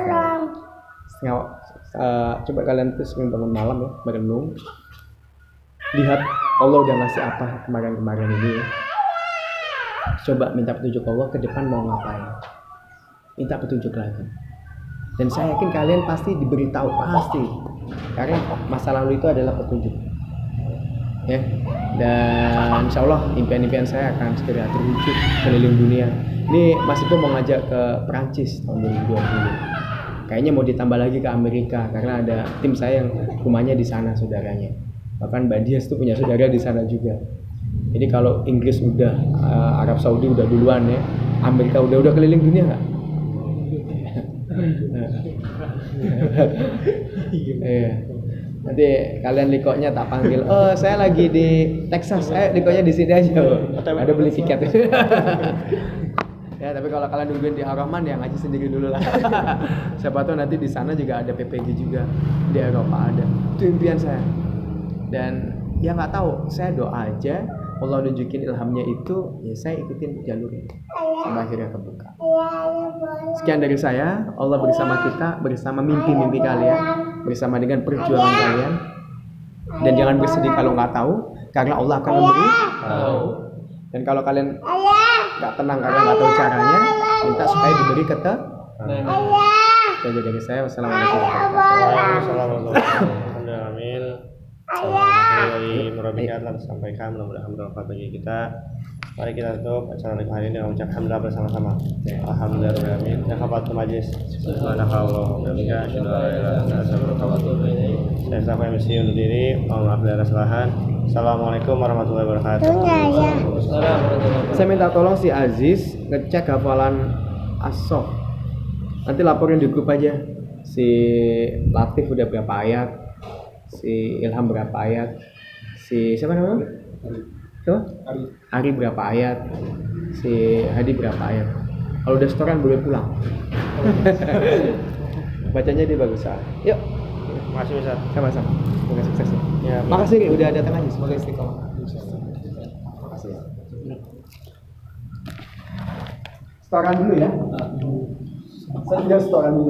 Coba kalian tuh sering bangun malam ya, merenung. Lihat Allah udah ngasih apa kemarin ini. Coba minta petunjuk Allah ke depan mau ngapain. Minta petunjuk lagi. Dan saya yakin kalian pasti diberitahu, pasti. Karena masa lalu itu adalah petunjuk. Ya. Dan insya Allah impian-impian saya akan segera terwujud keliling dunia. Ini Mas Ipo mau ngajak ke Perancis tahun 2020. kayaknya mau ditambah lagi ke Amerika karena ada tim saya yang rumahnya di sana saudaranya. Bahkan Mbak Dias tuh punya saudara di sana juga. Jadi kalau Inggris udah, Arab Saudi udah duluan ya, Amerika udah keliling dunia nggak? Iya. Nanti kalian likoknya tak panggil. Oh, saya lagi di Texas. Likoknya di sini aja. Ada beli tiket. Ya, tapi kalau kalian nungguin di Ar-Rahman ya ngaji sendiri dulu lah. Siapa tahu nanti di sana juga ada PPG juga, di Eropa ada. Itu impian saya. Dan ya nggak tahu, saya doa aja Allah nunjukin ilhamnya itu, ya saya ikutin jalurnya sampai akhirnya kebuka. Sekian dari saya. Allah bersama kita, bersama mimpi-mimpi kalian, bersama dengan perjuangan kalian. Dan jangan bersedih kalau nggak tahu, karena Allah akan memberi tahu. Dan kalau kalian nggak tenang karena nggak tahu caranya, minta supaya diberi Itu aja dari saya. Wassalamualaikum warahmatullahi wabarakatuh. Dari Murabikat telah disampaikan, mudah-mudahan bermanfaat bagi kita. Mari kita tutup acara hari ini dengan ucap alhamdulillah bersama-sama. Alhamdulillah dan kafatul majlis. Subhanallah wa bihamdihi asyhadu an la ilaha illa anta astaghfiruka wa atubu ilaik. Saya Safa MC undur diri. Mohon maaf dari kesalahan. Assalamualaikum warahmatullahi wabarakatuh. Saya minta tolong si Aziz ngecek hafalan as-sof. Nanti laporin di grup aja. Si Latif udah berapa ayat, si Ilham berapa ayat, si siapa namanya? Siapa? Ari berapa ayat, si Hadi berapa ayat. Kalau udah setoran boleh pulang. Bacanya dia bagus. Yuk. Makasih Ustaz. Sama-sama. Semoga sukses ya. Ya, makasih udah datang aja. Semoga istiqomah. Makasih ya. Setoran dulu ya. Saya juga setoran dulu.